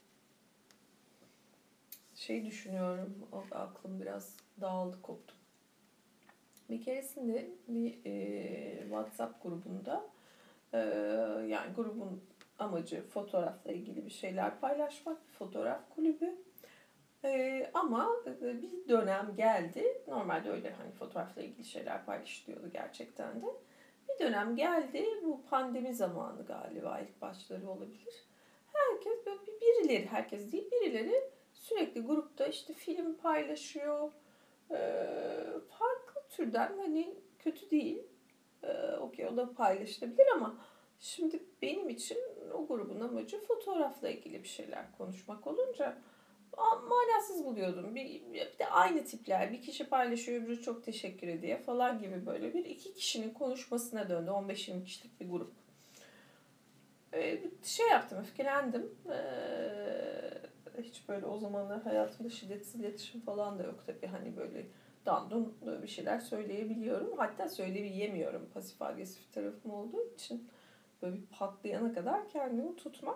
Şey düşünüyorum, aklım biraz dağıldı, koptu. Bir keresinde bir e, WhatsApp grubunda e, yani grubun amacı fotoğrafla ilgili bir şeyler paylaşmak, fotoğraf kulübü. Ee, ama bir dönem geldi. Normalde öyle hani fotoğrafla ilgili şeyler paylaşılıyordu gerçekten de. Bir dönem geldi. Bu pandemi zamanı galiba, ilk başları olabilir. Herkes böyle birileri, herkes değil birileri sürekli grupta işte film paylaşıyor. Ee, farklı türden, hani kötü değil. Ee, Okey, o da paylaşılabilir ama şimdi benim için o grubun amacı fotoğrafla ilgili bir şeyler konuşmak olunca manasız buluyordum. Bir, bir de aynı tipler. Bir kişi paylaşıyor, öbürü çok teşekkür ediyor falan gibi böyle bir iki kişinin konuşmasına döndü. on beş yirmi kişilik bir grup. Ee, şey yaptım, öfkelendim. Ee, hiç böyle o zamanlar hayatımda şiddetsiz iletişim falan da yok tabii. Hani böyle dandun bir şeyler söyleyebiliyorum. Hatta söyleyemiyorum, pasif agresif tarafım olduğu için. Böyle bir patlayana kadar kendimi tutmak.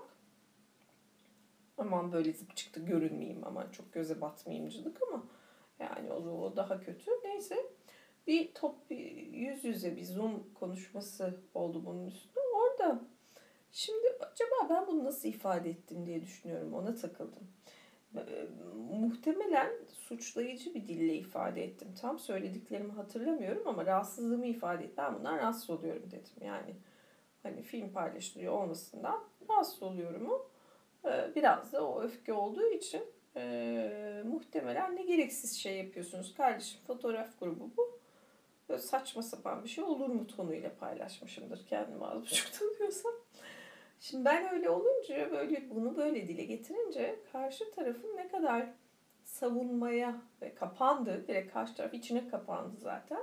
Aman böyle zıp çıktı görünmeyeyim, aman çok göze batmayayımcılık ama yani o, o daha kötü. Neyse bir top bir yüz yüze bir Zoom konuşması oldu bunun üstüne. Orada şimdi acaba ben bunu nasıl ifade ettim diye düşünüyorum, ona takıldım. E, muhtemelen suçlayıcı bir dille ifade ettim. Tam söylediklerimi hatırlamıyorum ama rahatsızlığımı ifade ettim. Ben bundan rahatsız oluyorum dedim. Yani hani film paylaşılıyor olmasından rahatsız oluyorum o. Biraz da o öfke olduğu için e, muhtemelen ne gereksiz şey yapıyorsunuz kardeşim, fotoğraf grubu bu. Böyle saçma sapan bir şey olur mu tonuyla paylaşmışımdır kendimi az buçuk tanıyorsam. Şimdi ben öyle olunca, böyle bunu böyle dile getirince karşı tarafın ne kadar savunmaya ve kapandı. Direkt karşı taraf içine kapandı zaten.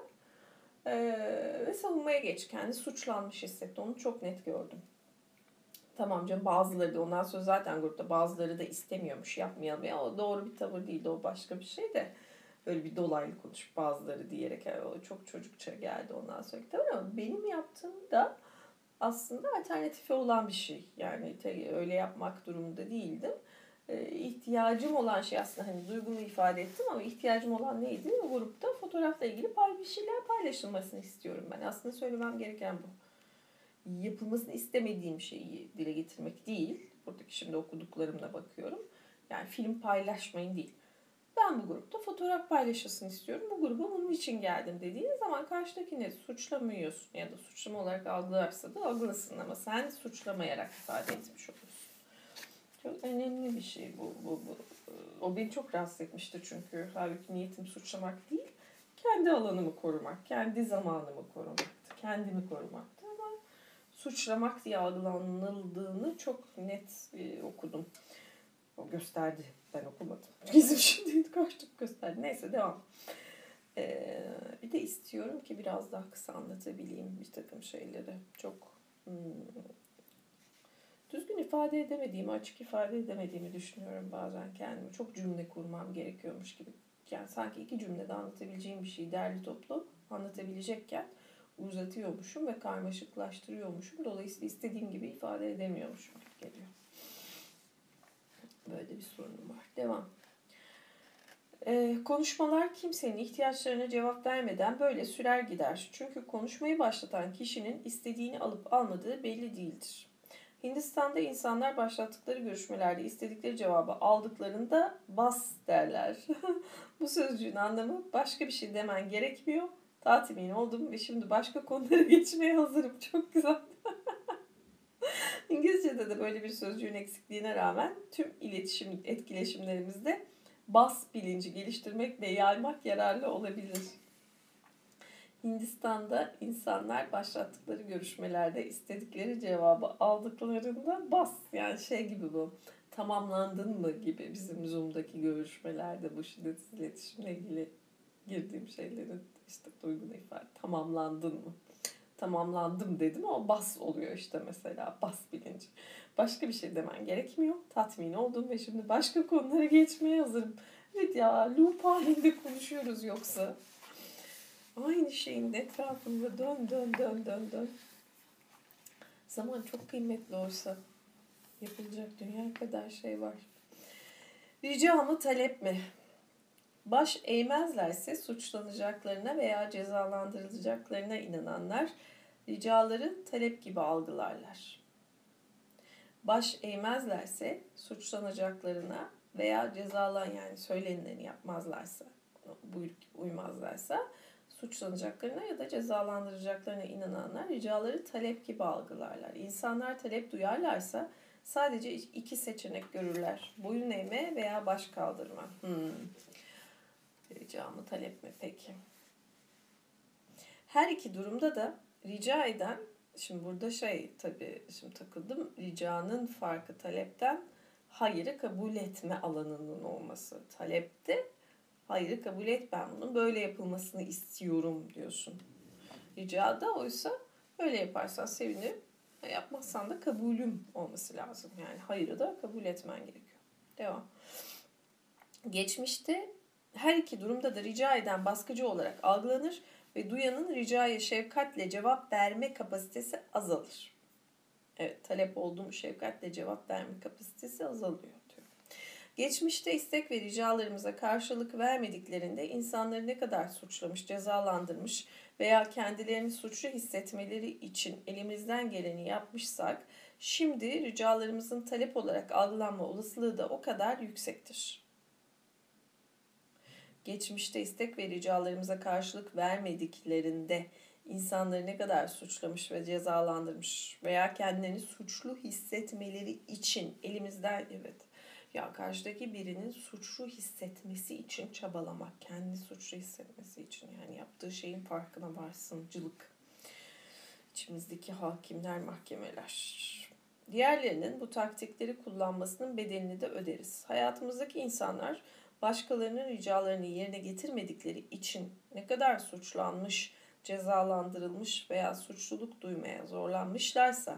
Ee, ve savunmaya geç, kendi suçlanmış hissetti. Onu çok net gördüm. Tamam canım, bazıları da ondan sonra zaten grupta bazıları da istemiyormuş, yapmayalım. Ya, o doğru bir tavır değildi, o başka bir şey de. Böyle bir dolaylı konuşup bazıları diyerek yani o çok çocukça geldi ondan sonra. Tamam ama benim yaptığım da aslında alternatifi olan bir şey. Yani öyle yapmak durumunda değildim. Ee, ihtiyacım olan şey aslında, hani duygumu ifade ettim ama ihtiyacım olan neydi? O grupta fotoğrafla ilgili bir şeyler paylaşılmasını istiyorum ben. Aslında söylemem gereken bu. Yapılmasını istemediğim şeyi dile getirmek değil. Buradaki şimdi okuduklarımla bakıyorum. Yani film paylaşmayın değil. Ben bu grupta fotoğraf paylaşılsın istiyorum. Bu gruba bunun için geldim dediğin zaman karşıdakini suçlamıyorsun ya da suçlama olarak algılarsa da algılasın ama sen suçlamayarak ifade etmiş olursun. Çok önemli bir şey bu. bu, bu. O beni çok rahatsız etmişti çünkü. Halbuki niyetim suçlamak değil. Kendi alanımı korumak, kendi zamanımı korumaktı, kendimi korumaktı ama suçlamak diye algılanıldığını çok net e, okudum. O gösterdi. Ben okumadım. Bizim şimdi kaçtık gösterdi. Neyse devam. Ee, bir de istiyorum ki biraz daha kısa anlatabileyim bir takım şeyleri. Çok hmm, düzgün ifade edemediğimi, açık ifade edemediğimi düşünüyorum bazen kendimi. Çok cümle kurmam gerekiyormuş gibi. Yani sanki iki cümlede anlatabileceğim bir şeyi derli toplu anlatabilecekken uzatıyormuşum ve karmaşıklaştırıyormuşum. Dolayısıyla istediğim gibi ifade edemiyormuşum gibi geliyor. Böyle bir sorunum var. Devam. Ee, konuşmalar kimsenin ihtiyaçlarına cevap vermeden böyle sürer gider. Çünkü konuşmayı başlatan kişinin istediğini alıp almadığı belli değildir. Hindistan'da insanlar başlattıkları görüşmelerde istedikleri cevabı aldıklarında bas derler. Bu sözcüğün anlamı başka bir şey demen gerekmiyor. Tatmin oldum ve şimdi başka konulara geçmeye hazırım. Çok güzel. İngilizce'de de böyle bir sözcüğün eksikliğine rağmen tüm iletişim etkileşimlerimizde bas bilinci geliştirmek ve yaymak yararlı olabilir. Hindistan'da insanlar başlattıkları görüşmelerde istedikleri cevabı aldıklarında bas, yani şey gibi bu, tamamlandın mı gibi bizim Zoom'daki görüşmelerde bu şiddetsiz iletişimle ilgili girdiğim şeylerin işte duygunu ifade, tamamlandın mı? Tamamlandım dedim ama bas oluyor işte mesela, bas bilinci. Başka bir şey demen gerekmiyor. Tatmin oldum ve şimdi başka konulara geçmeye hazırım. Evet ya, loop halinde konuşuyoruz yoksa. Aynı şeyin etrafında dön dön dön dön dön. Zaman çok kıymetli olsa yapılacak dünya kadar şey var. Rica mı talep mi? Baş eğmezlerse suçlanacaklarına veya cezalandırılacaklarına inananlar ricaları talep gibi algılarlar. Baş eğmezlerse suçlanacaklarına veya cezalan yani söylenileni yapmazlarsa, buyruk uymazlarsa suçlanacaklarına ya da cezalandıracaklarına inananlar ricaları talep gibi algılarlar. İnsanlar talep duyarlarsa sadece iki seçenek görürler. Boyun eğme veya baş kaldırma. Hmm. Rica mı talep mi peki? Her iki durumda da rica eden, şimdi burada şey tabii şimdi takıldım, ricanın farkı talepten, hayırı kabul etme alanının olması. Talepte hayırı kabul et, ben bunun böyle yapılmasını istiyorum diyorsun. Ricada oysa öyle yaparsan sevinirim, yapmazsan da kabulüm olması lazım. Yani hayırı da kabul etmen gerekiyor. Devam. Geçmişte her iki durumda da rica eden baskıcı olarak algılanır ve duyanın ricaya şefkatle cevap verme kapasitesi azalır. Evet, talep olduğum şefkatle cevap verme kapasitesi azalıyor diyor. Geçmişte istek ve ricalarımıza karşılık vermediklerinde insanları ne kadar suçlamış, cezalandırmış veya kendilerini suçlu hissetmeleri için elimizden geleni yapmışsak, şimdi ricalarımızın talep olarak algılanma olasılığı da o kadar yüksektir. Geçmişte istek ve ricalarımıza karşılık vermediklerinde insanları ne kadar suçlamış ve cezalandırmış veya kendilerini suçlu hissetmeleri için elimizden, evet ya karşıdaki birinin suçlu hissetmesi için çabalamak, kendini suçlu hissetmesi için, yani yaptığı şeyin farkına varsıncılık, içimizdeki hakimler, mahkemeler. Diğerlerinin bu taktikleri kullanmasının bedelini de öderiz. Hayatımızdaki insanlar başkalarının ricalarını yerine getirmedikleri için ne kadar suçlanmış, cezalandırılmış veya suçluluk duymaya zorlanmışlarsa,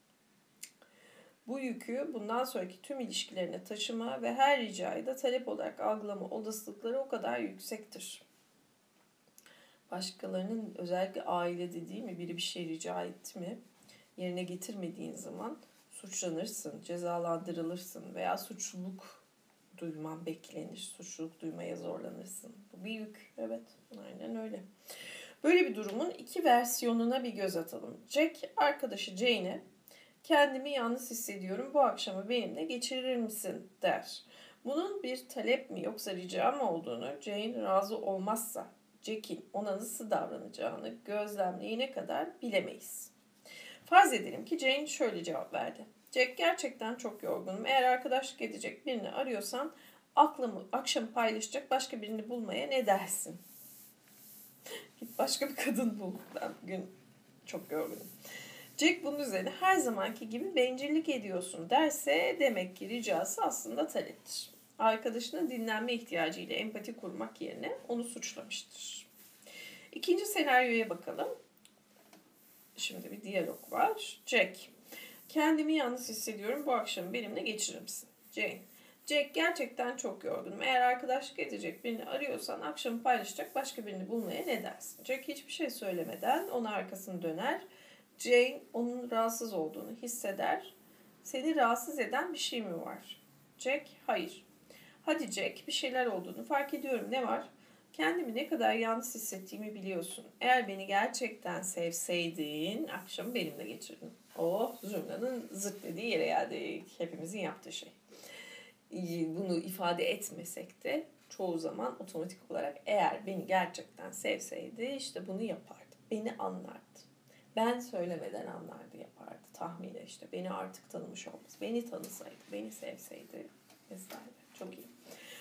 bu yükü bundan sonraki tüm ilişkilerine taşıma ve her ricayı da talep olarak algılama olasılıkları o kadar yüksektir. Başkalarının, özellikle ailede değil mi, biri bir şey rica etti mi, yerine getirmediğin zaman suçlanırsın, cezalandırılırsın veya suçluluk duyman beklenir. Suçluluk duymaya zorlanırsın. Bu bir yük. Evet, aynen öyle. Böyle bir durumun iki versiyonuna bir göz atalım. Jack, arkadaşı Jane'e kendimi yalnız hissediyorum, bu akşamı benimle geçirir misin der. Bunun bir talep mi yoksa rica mı olduğunu Jane razı olmazsa Jack'in ona nasıl davranacağını gözlemleyene kadar bilemeyiz. Farz edelim ki Jane şöyle cevap verdi. Jack, gerçekten çok yorgunum. Eğer arkadaşlık edecek birini arıyorsan aklımı akşam paylaşacak başka birini bulmaya ne dersin? Git başka bir kadın bul. Ben bugün çok yorgunum. Jack bunun üzerine her zamanki gibi bencillik ediyorsun derse demek ki ricası aslında taleptir. Arkadaşının dinlenme ihtiyacıyla empati kurmak yerine onu suçlamıştır. İkinci senaryoya bakalım. Şimdi bir diyalog var. Jack, Kendimi yalnız hissediyorum. Bu akşam benimle geçirir misin? Jane. Jack, gerçekten çok yorgunum. Eğer arkadaşlık edecek birini arıyorsan akşamı paylaşacak başka birini bulmaya ne dersin? Jack hiçbir şey söylemeden ona arkasını döner. Jane onun rahatsız olduğunu hisseder. Seni rahatsız eden bir şey mi var? Jack, hayır. Hadi Jack, bir şeyler olduğunu fark ediyorum. Ne var? Kendimi ne kadar yalnız hissettiğimi biliyorsun. Eğer beni gerçekten sevseydin akşamı benimle geçirdin. Oh, zurnanın zırt dediği yere geldik. Hepimizin yaptığı şey. Bunu ifade etmesek de çoğu zaman otomatik olarak eğer beni gerçekten sevseydi işte bunu yapardı. Beni anlardı. Ben söylemeden anlardı, yapardı. Tahminen işte beni artık tanımış olmaz. Beni tanısaydı, beni sevseydi vesaire. Çok iyi.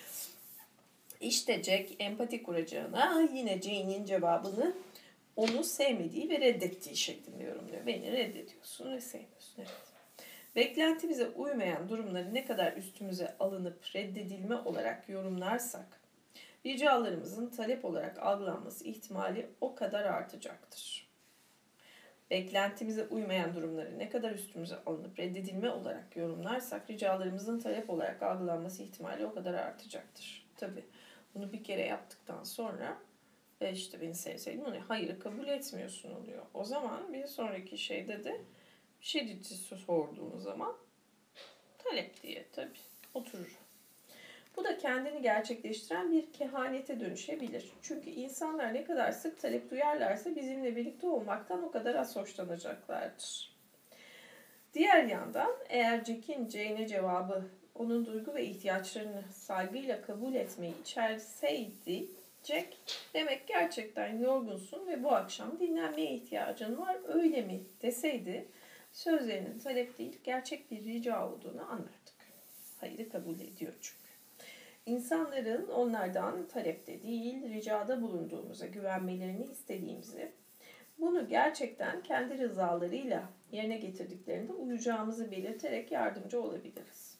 İşte Jack empati kuracağına yine Jane'in cevabını onu sevmediği ve reddettiği şeklinde yorumluyor. Beni reddediyorsun ve sevmiyorsun. Evet. Beklentimize uymayan durumları ne kadar üstümüze alınıp reddedilme olarak yorumlarsak, ricalarımızın talep olarak algılanması ihtimali o kadar artacaktır. Beklentimize uymayan durumları ne kadar üstümüze alınıp reddedilme olarak yorumlarsak, ricalarımızın talep olarak algılanması ihtimali o kadar artacaktır. Tabii bunu bir kere yaptıktan sonra e işte beni sevseydin onu hayır kabul etmiyorsun oluyor. O zaman bir sonraki şeyde de bir şey sorduğunuz zaman talep diye tabii oturur. Bu da kendini gerçekleştiren bir kehanete dönüşebilir. Çünkü insanlar ne kadar sık talep duyarlarsa bizimle birlikte olmaktan o kadar az hoşlanacaklardır. Diğer yandan eğer Jack'in Jane'e cevabı onun duygu ve ihtiyaçlarını saygıyla kabul etmeyi içerseydi, Jack demek gerçekten yorgunsun ve bu akşam dinlenmeye ihtiyacın var öyle mi deseydi sözlerinin talep değil gerçek bir rica olduğunu anlardık. Hayırı kabul ediyor çünkü. İnsanların onlardan talepte değil, ricada bulunduğumuza güvenmelerini istediğimizi, bunu gerçekten kendi rızalarıyla yerine getirdiklerinde uyacağımızı belirterek yardımcı olabiliriz.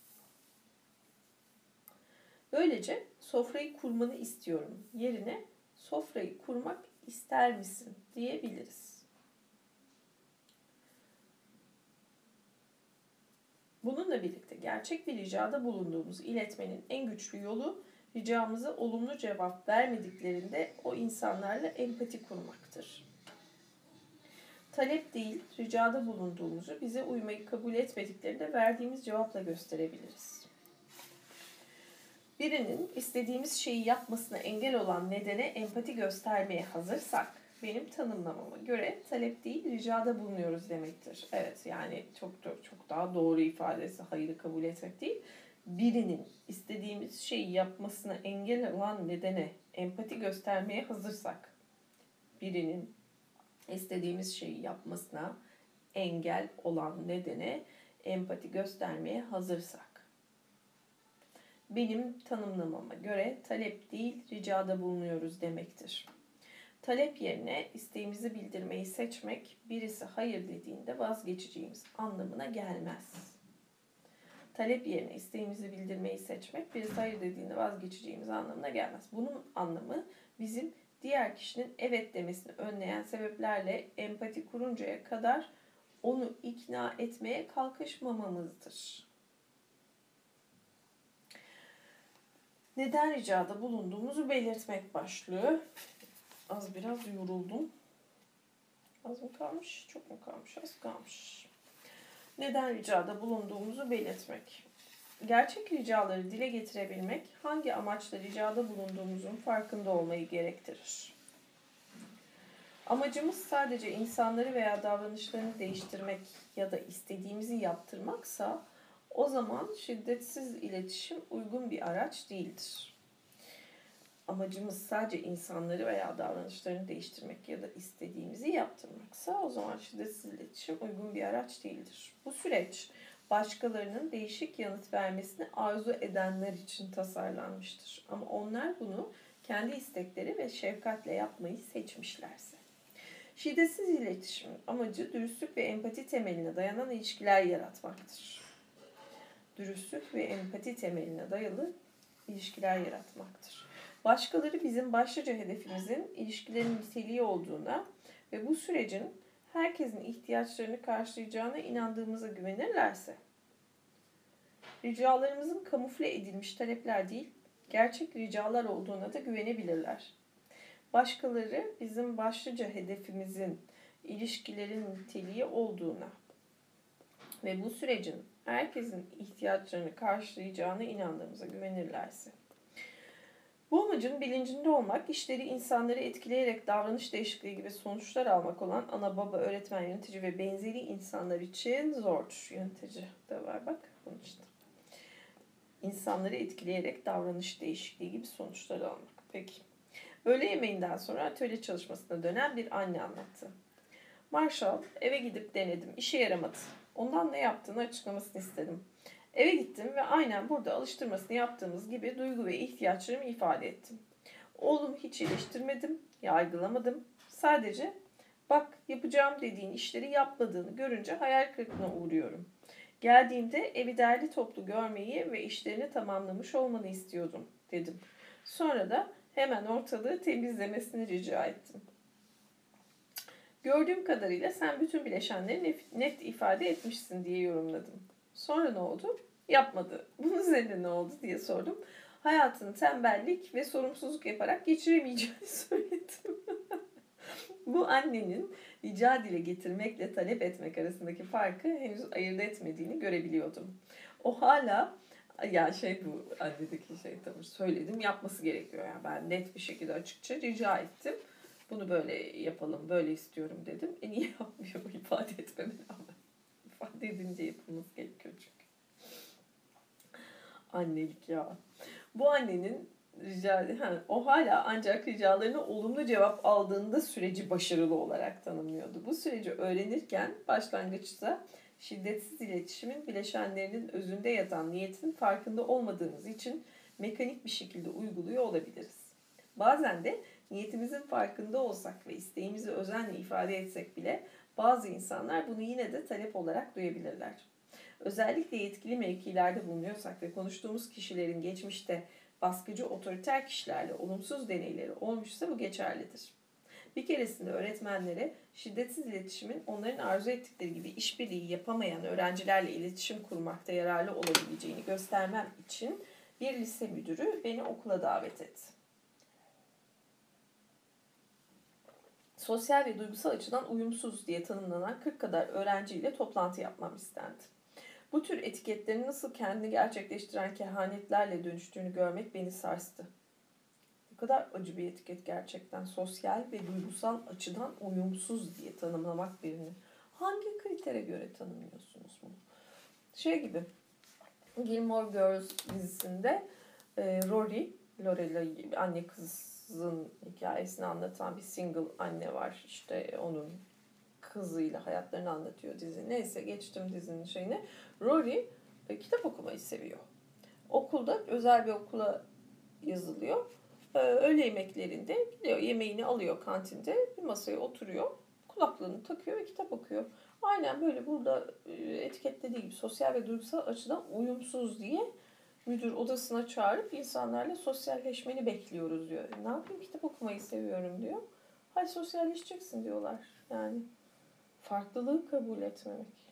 Böylece sofrayı kurmanı istiyorum yerine sofrayı kurmak ister misin diyebiliriz. Bununla birlikte gerçek bir ricada bulunduğumuzu iletmenin en güçlü yolu ricamıza olumlu cevap vermediklerinde o insanlarla empati kurmaktır. Talep değil, ricada bulunduğumuzu bize uymayı kabul etmediklerinde verdiğimiz cevapla gösterebiliriz. Birinin istediğimiz şeyi yapmasına engel olan nedene empati göstermeye hazırsak, benim tanımlamama göre talep değil ricada bulunuyoruz demektir. Evet yani çok çok daha doğru ifadesi hayırı kabul etmek değil. Birinin istediğimiz şeyi yapmasına engel olan nedene empati göstermeye hazırsak, birinin istediğimiz şeyi yapmasına engel olan nedene empati göstermeye hazırsak, benim tanımlamama göre talep değil ricada bulunuyoruz demektir. Talep yerine isteğimizi bildirmeyi seçmek, birisi hayır dediğinde vazgeçeceğimiz anlamına gelmez. Talep yerine isteğimizi bildirmeyi seçmek, birisi hayır dediğinde vazgeçeceğimiz anlamına gelmez. Bunun anlamı bizim diğer kişinin evet demesini önleyen sebeplerle empati kuruncaya kadar onu ikna etmeye kalkışmamamızdır. Neden ricada bulunduğumuzu belirtmek başlıyor. Az biraz yoruldum. Az mı kalmış? Çok mu kalmış? Az kalmış. Neden ricada bulunduğumuzu belirtmek. Gerçek ricaları dile getirebilmek, hangi amaçla ricada bulunduğumuzun farkında olmayı gerektirir. Amacımız sadece insanları veya davranışlarını değiştirmek ya da istediğimizi yaptırmaksa, o zaman şiddetsiz iletişim uygun bir araç değildir. Amacımız sadece insanları veya davranışlarını değiştirmek ya da istediğimizi yaptırmaksa o zaman şiddetsiz iletişim uygun bir araç değildir. Bu süreç başkalarının değişik yanıt vermesini arzu edenler için tasarlanmıştır. Ama onlar bunu kendi istekleri ve şefkatle yapmayı seçmişlerse. Şiddetsiz iletişimin amacı dürüstlük ve empati temeline dayanan ilişkiler yaratmaktır. Dürüstlük ve empati temeline dayalı ilişkiler yaratmaktır. Başkaları bizim başlıca hedefimizin ilişkilerin niteliği olduğuna ve bu sürecin herkesin ihtiyaçlarını karşılayacağına inandığımıza güvenirlerse, ricalarımızın kamufle edilmiş talepler değil, gerçek ricalar olduğuna da güvenebilirler. Başkaları bizim başlıca hedefimizin ilişkilerin niteliği olduğuna ve bu sürecin herkesin ihtiyaçlarını karşılayacağına inandığımıza güvenirlerse, bu amacın bilincinde olmak, işleri insanları etkileyerek davranış değişikliği gibi sonuçlar almak olan ana, baba, öğretmen, yönetici ve benzeri insanlar için zordur. Yönetici de var bak bunun için. İnsanları etkileyerek davranış değişikliği gibi sonuçlar almak. Peki. Öğle yemeğinden sonra atölye çalışmasına dönen bir anne anlattı. Marshall, eve gidip denedim. İşe yaramadı. Ondan ne yaptığını açıklamasını istedim. Eve gittim ve aynen burada alıştırmasını yaptığımız gibi duygu ve ihtiyaçlarımı ifade ettim. Oğlumu hiç eleştirmedim, yargılamadım. Sadece bak yapacağım dediğin işleri yapmadığını görünce hayal kırıklığına uğruyorum. Geldiğimde evi derli toplu görmeyi ve işlerini tamamlamış olmanı istiyordum dedim. Sonra da hemen ortalığı temizlemesini rica ettim. Gördüğüm kadarıyla sen bütün bileşenleri net ifade etmişsin diye yorumladım. Sonra ne oldu? Yapmadı. Bunun üzerine ne oldu diye sordum. Hayatını tembellik ve sorumsuzluk yaparak geçiremeyeceğini söyledim. Bu annenin rica dile getirmekle talep etmek arasındaki farkı henüz ayırt etmediğini görebiliyordum. O hala ya şey bu annedeki şey tavır söyledim yapması gerekiyor. Yani ben net bir şekilde açıkça rica ettim. Bunu böyle yapalım, böyle istiyorum dedim. E niye yapmıyor bu ifade etmeme rağmen? İfade edince yapılması gerekiyor çünkü. Annelik ya. Bu annenin rica, ha, o hala ancak ricalarına olumlu cevap aldığında süreci başarılı olarak tanımlıyordu. Bu süreci öğrenirken başlangıçta şiddetsiz iletişimin bileşenlerinin özünde yatan niyetin farkında olmadığımız için mekanik bir şekilde uyguluyor olabiliriz. Bazen de niyetimizin farkında olsak ve isteğimizi özenle ifade etsek bile bazı insanlar bunu yine de talep olarak duyabilirler. Özellikle yetkili mevkilerde bulunuyorsak ve konuştuğumuz kişilerin geçmişte baskıcı otoriter kişilerle olumsuz deneyleri olmuşsa bu geçerlidir. Bir keresinde öğretmenlere şiddetsiz iletişimin onların arzu ettikleri gibi işbirliği yapamayan öğrencilerle iletişim kurmakta yararlı olabileceğini göstermem için bir lise müdürü beni okula davet etti. Sosyal ve duygusal açıdan uyumsuz diye tanımlanan kırk kadar öğrenciyle toplantı yapmam istendi. Bu tür etiketlerin nasıl kendini gerçekleştiren kehanetlerle dönüştüğünü görmek beni sarstı. Ne kadar acı bir etiket gerçekten. Sosyal ve duygusal açıdan uyumsuz diye tanımlamak birini. Hangi kritere göre tanımlıyorsunuz bunu? Şey gibi, Gilmore Girls dizisinde e, Rory, Lorelai anne kızın hikayesini anlatan bir single anne var. İşte onun kızıyla hayatlarını anlatıyor dizi. Neyse geçtim dizinin şeyine. Rory e, kitap okumayı seviyor. Okulda özel bir okula yazılıyor. E, öğle yemeklerinde gidiyor, yemeğini alıyor kantinde, bir masaya oturuyor, kulaklığını takıyor ve kitap okuyor. Aynen böyle burada e, etiketlediği gibi sosyal ve duygusal açıdan uyumsuz diye müdür odasına çağırıp insanlarla sosyalleşmeni bekliyoruz diyor. E, ne yapayım kitap okumayı seviyorum diyor. Hayır sosyalleşeceksin diyorlar. Yani farklılığı kabul etmemek.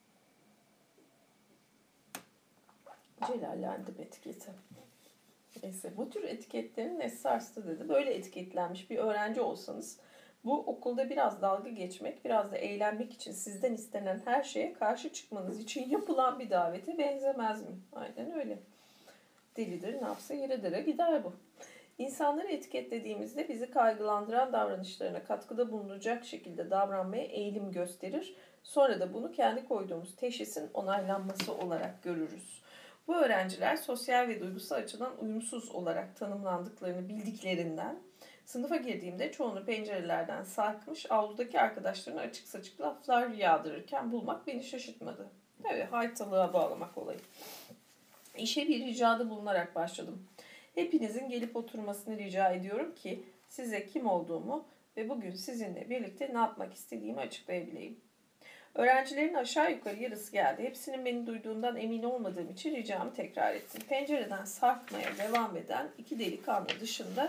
Celallendim etiketi. Neyse bu tür etiketlerin ne sarstı dedi. Böyle etiketlenmiş bir öğrenci olsanız bu okulda biraz dalga geçmek, biraz da eğlenmek için sizden istenen her şeye karşı çıkmanız için yapılan bir davete benzemez mi? Aynen öyle. Delidir, ne yapsa yeredire gider bu. İnsanları etiketlediğimizde bizi kaygılandıran davranışlarına katkıda bulunacak şekilde davranmaya eğilim gösterir. Sonra da bunu kendi koyduğumuz teşhisin onaylanması olarak görürüz. Bu öğrenciler sosyal ve duygusal açıdan uyumsuz olarak tanımlandıklarını bildiklerinden sınıfa girdiğimde çoğunu pencerelerden sarkmış avludaki arkadaşlarına açık saçık laflar yağdırırken bulmak beni şaşırtmadı. Tabii haytalığa bağlamak olayı. İşe bir ricada bulunarak başladım. Hepinizin gelip oturmasını rica ediyorum ki size kim olduğumu ve bugün sizinle birlikte ne yapmak istediğimi açıklayabileyim. Öğrencilerin aşağı yukarı yarısı geldi. Hepsinin beni duyduğundan emin olmadığım için ricamı tekrar ettim. Pencereden sarkmaya devam eden iki delikanlı dışında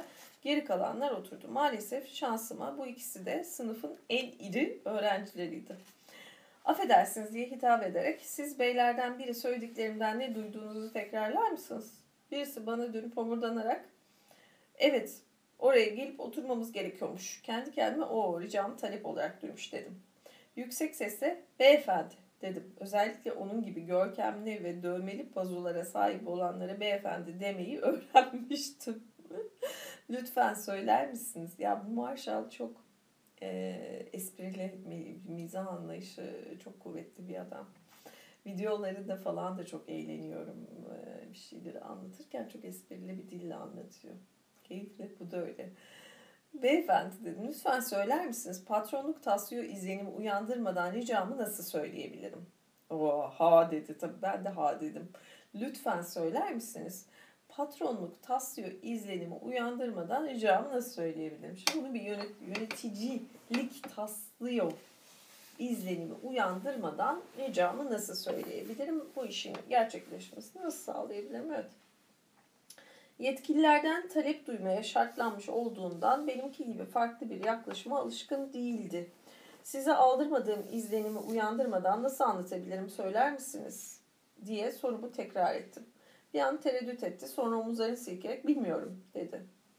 Geri kalanlar oturdu. Maalesef şansıma bu ikisi de sınıfın en iri öğrencileriydi. Affedersiniz diye hitap ederek siz beylerden biri söylediklerimden ne duyduğunuzu tekrarlar mısınız? Birisi bana dönüp homurdanarak evet oraya gelip oturmamız gerekiyormuş. Kendi kendime o ricamı talep olarak duymuş dedim. Yüksek sesle beyefendi dedim. Özellikle onun gibi görkemli ve dövmeli pazulara sahip olanlara beyefendi demeyi öğrenmiştim. Lütfen söyler misiniz? Ya bu Marshall çok e, esprili, mizah anlayışı çok kuvvetli bir adam. Videoları da falan da çok eğleniyorum. E, bir şeyleri anlatırken çok esprili bir dille anlatıyor. Keyifli, bu da öyle. Beyefendi dedim, lütfen söyler misiniz? Patronluk tasfiyo izlenimi uyandırmadan ricamı nasıl söyleyebilirim? Oo, ha dedi, tabii ben de ha dedim. Lütfen söyler misiniz? Patronluk tasfiyo izlenimi uyandırmadan ricamı nasıl söyleyebilirim? Şimdi bunu bir yönet yöneticilik taslıyor izlenimi uyandırmadan ricamı nasıl söyleyebilirim? Bu işin gerçekleşmesini nasıl sağlayabilirim? Evet. Yetkililerden talep duymaya şartlanmış olduğundan benimki gibi farklı bir yaklaşıma alışkın değildi. Size aldırmadığım izlenimi uyandırmadan nasıl anlatabilirim söyler misiniz? Diye sorumu tekrar ettim. Bir an tereddüt etti, sonra omuzlarını silkerek bilmiyorum dedi.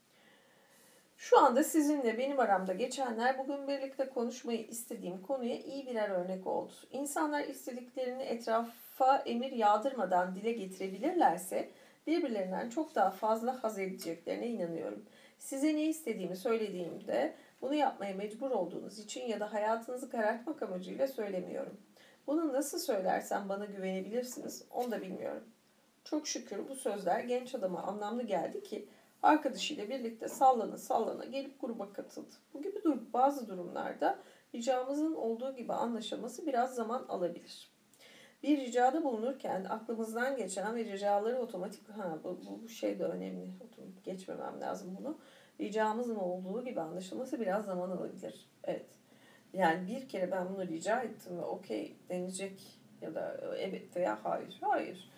Şu anda sizinle benim aramda geçenler bugün birlikte konuşmayı istediğim konuya iyi birer örnek oldu. İnsanlar istediklerini etrafa emir yağdırmadan dile getirebilirlerse birbirlerinden çok daha fazla haz edeceklerine inanıyorum. Size ne istediğimi söylediğimde bunu yapmaya mecbur olduğunuz için ya da hayatınızı karartmak amacıyla söylemiyorum. Bunu nasıl söylersem bana güvenebilirsiniz, onu da bilmiyorum. Çok şükür bu sözler genç adama anlamlı geldi ki arkadaşıyla birlikte sallana sallana gelip gruba katıldı. Bu gibi dur bazı durumlarda ricamızın olduğu gibi anlaşılması biraz zaman alabilir. Bir ricada bulunurken aklımızdan geçen ve ricaları otomatik, ha bu, bu, bu şey de önemli, geçmemem lazım bunu. Ricamızın olduğu gibi anlaşılması biraz zaman alabilir. Evet. Yani bir kere ben bunu rica ettim ve okey denecek ya da evet veya hayır. Hayır.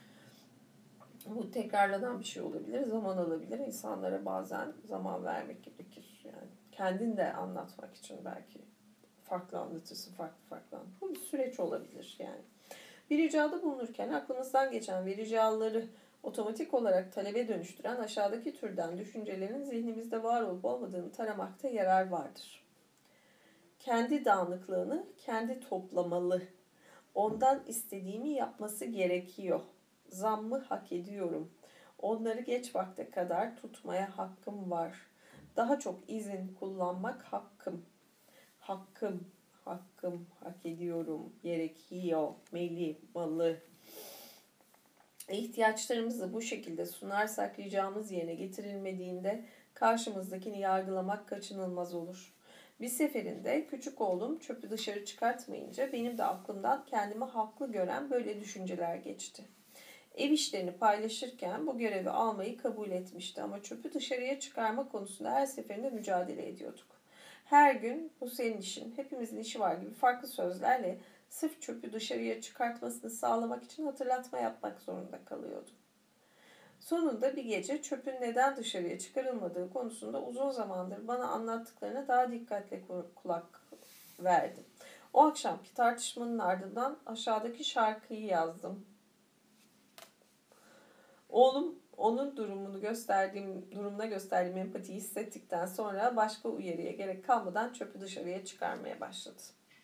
Bu tekrarlanan bir şey olabilir, zaman alabilir. İnsanlara bazen zaman vermek gerekir. Yani kendin de anlatmak için belki farklı anlatırsın, farklı farklı anlatırsın. Bu bir süreç olabilir yani. Bir ricada bulunurken aklımızdan geçen ve ricaları otomatik olarak talebe dönüştüren aşağıdaki türden düşüncelerin zihnimizde var olup olmadığını taramakta yarar vardır. Kendi dağınıklığını kendi toplamalı. Ondan istediğimi yapması gerekiyor. Zammı hak ediyorum. Onları geç vakte kadar tutmaya hakkım var. Daha çok izin kullanmak hakkım. Hakkım, hakkım, hak ediyorum, gerekiyor, meli, malı. İhtiyaçlarımızı bu şekilde sunarsak ricamız yerine getirilmediğinde karşımızdakini yargılamak kaçınılmaz olur. Bir seferinde küçük oğlum çöpü dışarı çıkartmayınca benim de aklımdan kendimi haklı gören böyle düşünceler geçti. Ev işlerini paylaşırken bu görevi almayı kabul etmişti ama çöpü dışarıya çıkarma konusunda her seferinde mücadele ediyorduk. Her gün bu senin işin, hepimizin işi var gibi farklı sözlerle sırf çöpü dışarıya çıkartmasını sağlamak için hatırlatma yapmak zorunda kalıyordum. Sonunda bir gece çöpün neden dışarıya çıkarılmadığı konusunda uzun zamandır bana anlattıklarına daha dikkatle kulak verdim. O akşamki tartışmanın ardından aşağıdaki şarkıyı yazdım. Oğlum onun durumunu gösterdiğim, durumuna gösterdiğim empatiyi hissettikten sonra başka uyarıya gerek kalmadan çöpü dışarıya çıkarmaya başladı.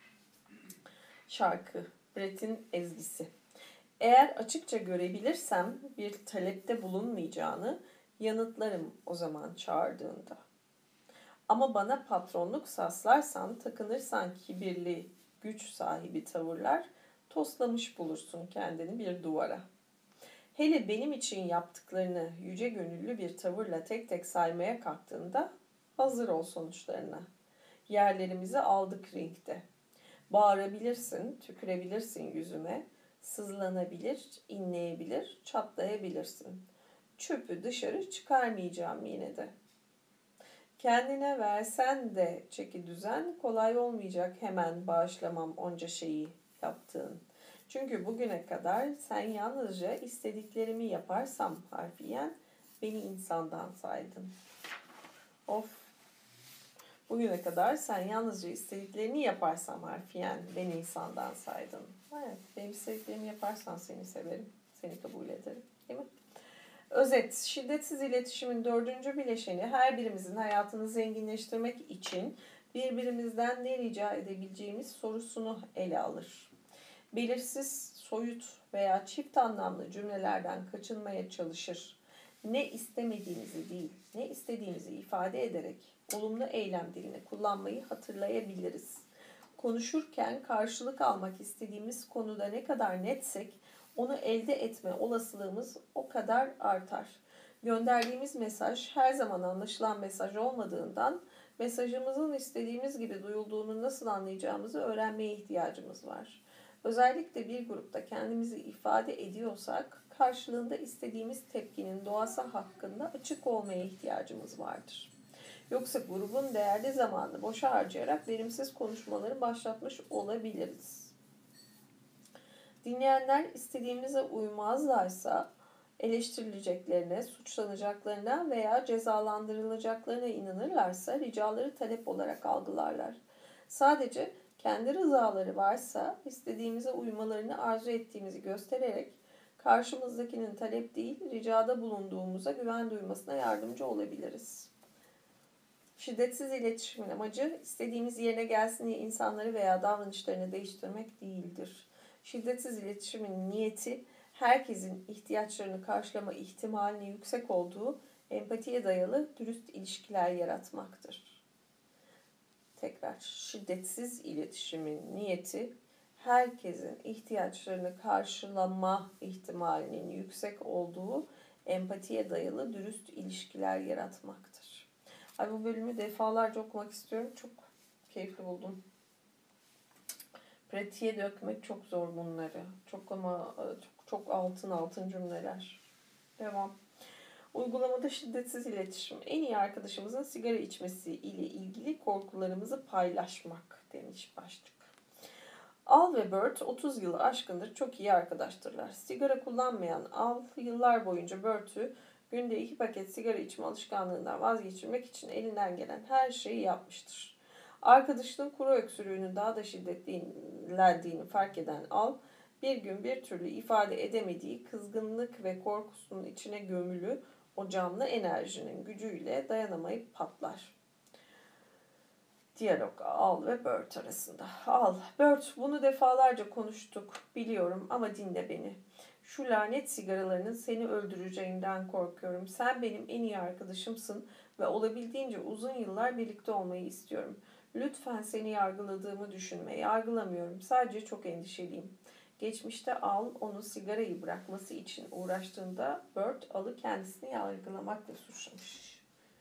Şarkı, Brett'in ezgisi. Eğer açıkça görebilirsem bir talepte bulunmayacağını yanıtlarım o zaman çağırdığında. Ama bana patronluk saslarsan, takınırsan kibirli, güç sahibi tavırlar, toslamış bulursun kendini bir duvara. Hele benim için yaptıklarını yüce gönüllü bir tavırla tek tek saymaya kalktığında hazır ol sonuçlarına. Yerlerimizi aldık ringde. Bağırabilirsin, tükürebilirsin yüzüme, sızlanabilir, inleyebilir, çatlayabilirsin. Çöpü dışarı çıkarmayacağım yine de. Kendine versen de çeki düzen kolay olmayacak hemen bağışlamam onca şeyi yaptığın. Çünkü bugüne kadar sen yalnızca istediklerimi yaparsam harfiyen beni insandan saydın. Of. Bugüne kadar sen yalnızca istediklerini yaparsan harfiyen beni insandan saydın. Evet, benim istediklerimi yaparsan seni severim, seni kabul ederim. Değil mi? Özet, şiddetsiz iletişimin dördüncü bileşeni her birimizin hayatını zenginleştirmek için birbirimizden ne rica edebileceğimiz sorusunu ele alır. Belirsiz, soyut veya çift anlamlı cümlelerden kaçınmaya çalışır. Ne istemediğimizi değil, ne istediğimizi ifade ederek olumlu eylem dilini kullanmayı hatırlayabiliriz. Konuşurken karşılık almak istediğimiz konuda ne kadar netsek, onu elde etme olasılığımız o kadar artar. Gönderdiğimiz mesaj her zaman anlaşılan mesaj olmadığından mesajımızın istediğimiz gibi duyulduğunu nasıl anlayacağımızı öğrenmeye ihtiyacımız var. Özellikle bir grupta kendimizi ifade ediyorsak karşılığında istediğimiz tepkinin doğası hakkında açık olmaya ihtiyacımız vardır. Yoksa grubun değerli zamanını boşa harcayarak verimsiz konuşmaları başlatmış olabiliriz. Dinleyenler istediğimize uymazlarsa eleştirileceklerine, suçlanacaklarına veya cezalandırılacaklarına inanırlarsa ricaları talep olarak algılarlar. Sadece kendi rızaları varsa istediğimize uymalarını arzu ettiğimizi göstererek karşımızdakinin talep değil, ricada bulunduğumuza güven duymasına yardımcı olabiliriz. Şiddetsiz iletişimin amacı istediğimiz yerine gelsin diye insanları veya davranışlarını değiştirmek değildir. Şiddetsiz iletişimin niyeti herkesin ihtiyaçlarını karşılama ihtimalinin yüksek olduğu empatiye dayalı dürüst ilişkiler yaratmaktır. Tekrar, şiddetsiz iletişimin niyeti herkesin ihtiyaçlarını karşılama ihtimalinin yüksek olduğu empatiye dayalı dürüst ilişkiler yaratmaktır. Ay, bu bölümü defalarca okumak istiyorum. Çok keyifli buldum. Pratiğe dökmek çok zor bunları. Çok ama çok, çok altın altın cümleler. Devam. Uygulamada şiddetsiz iletişim. En iyi arkadaşımızın sigara içmesi ile ilgili korkularımızı paylaşmak demiş başlık. Al ve Bert otuz yılı aşkındır çok iyi arkadaştırlar. Sigara kullanmayan Al yıllar boyunca Bert'ü günde iki paket sigara içme alışkanlığından vazgeçirmek için elinden gelen her şeyi yapmıştır. Arkadaşının kuru öksürüğünün daha da şiddetlendiğini fark eden Al, bir gün bir türlü ifade edemediği kızgınlık ve korkusunun içine gömülü o canlı enerjinin gücüyle dayanamayıp patlar. Diyalog Al ve Bert arasında. Al, Bert, bunu defalarca konuştuk, biliyorum ama dinle beni. Şu lanet sigaralarının seni öldüreceğinden korkuyorum. Sen benim en iyi arkadaşımsın ve olabildiğince uzun yıllar birlikte olmayı istiyorum. Lütfen seni yargıladığımı düşünme. Yargılamıyorum. Sadece çok endişeliyim. Geçmişte Al onu sigarayı bırakması için uğraştığında Bert Al'ı kendisini yargılamakla suçlamış.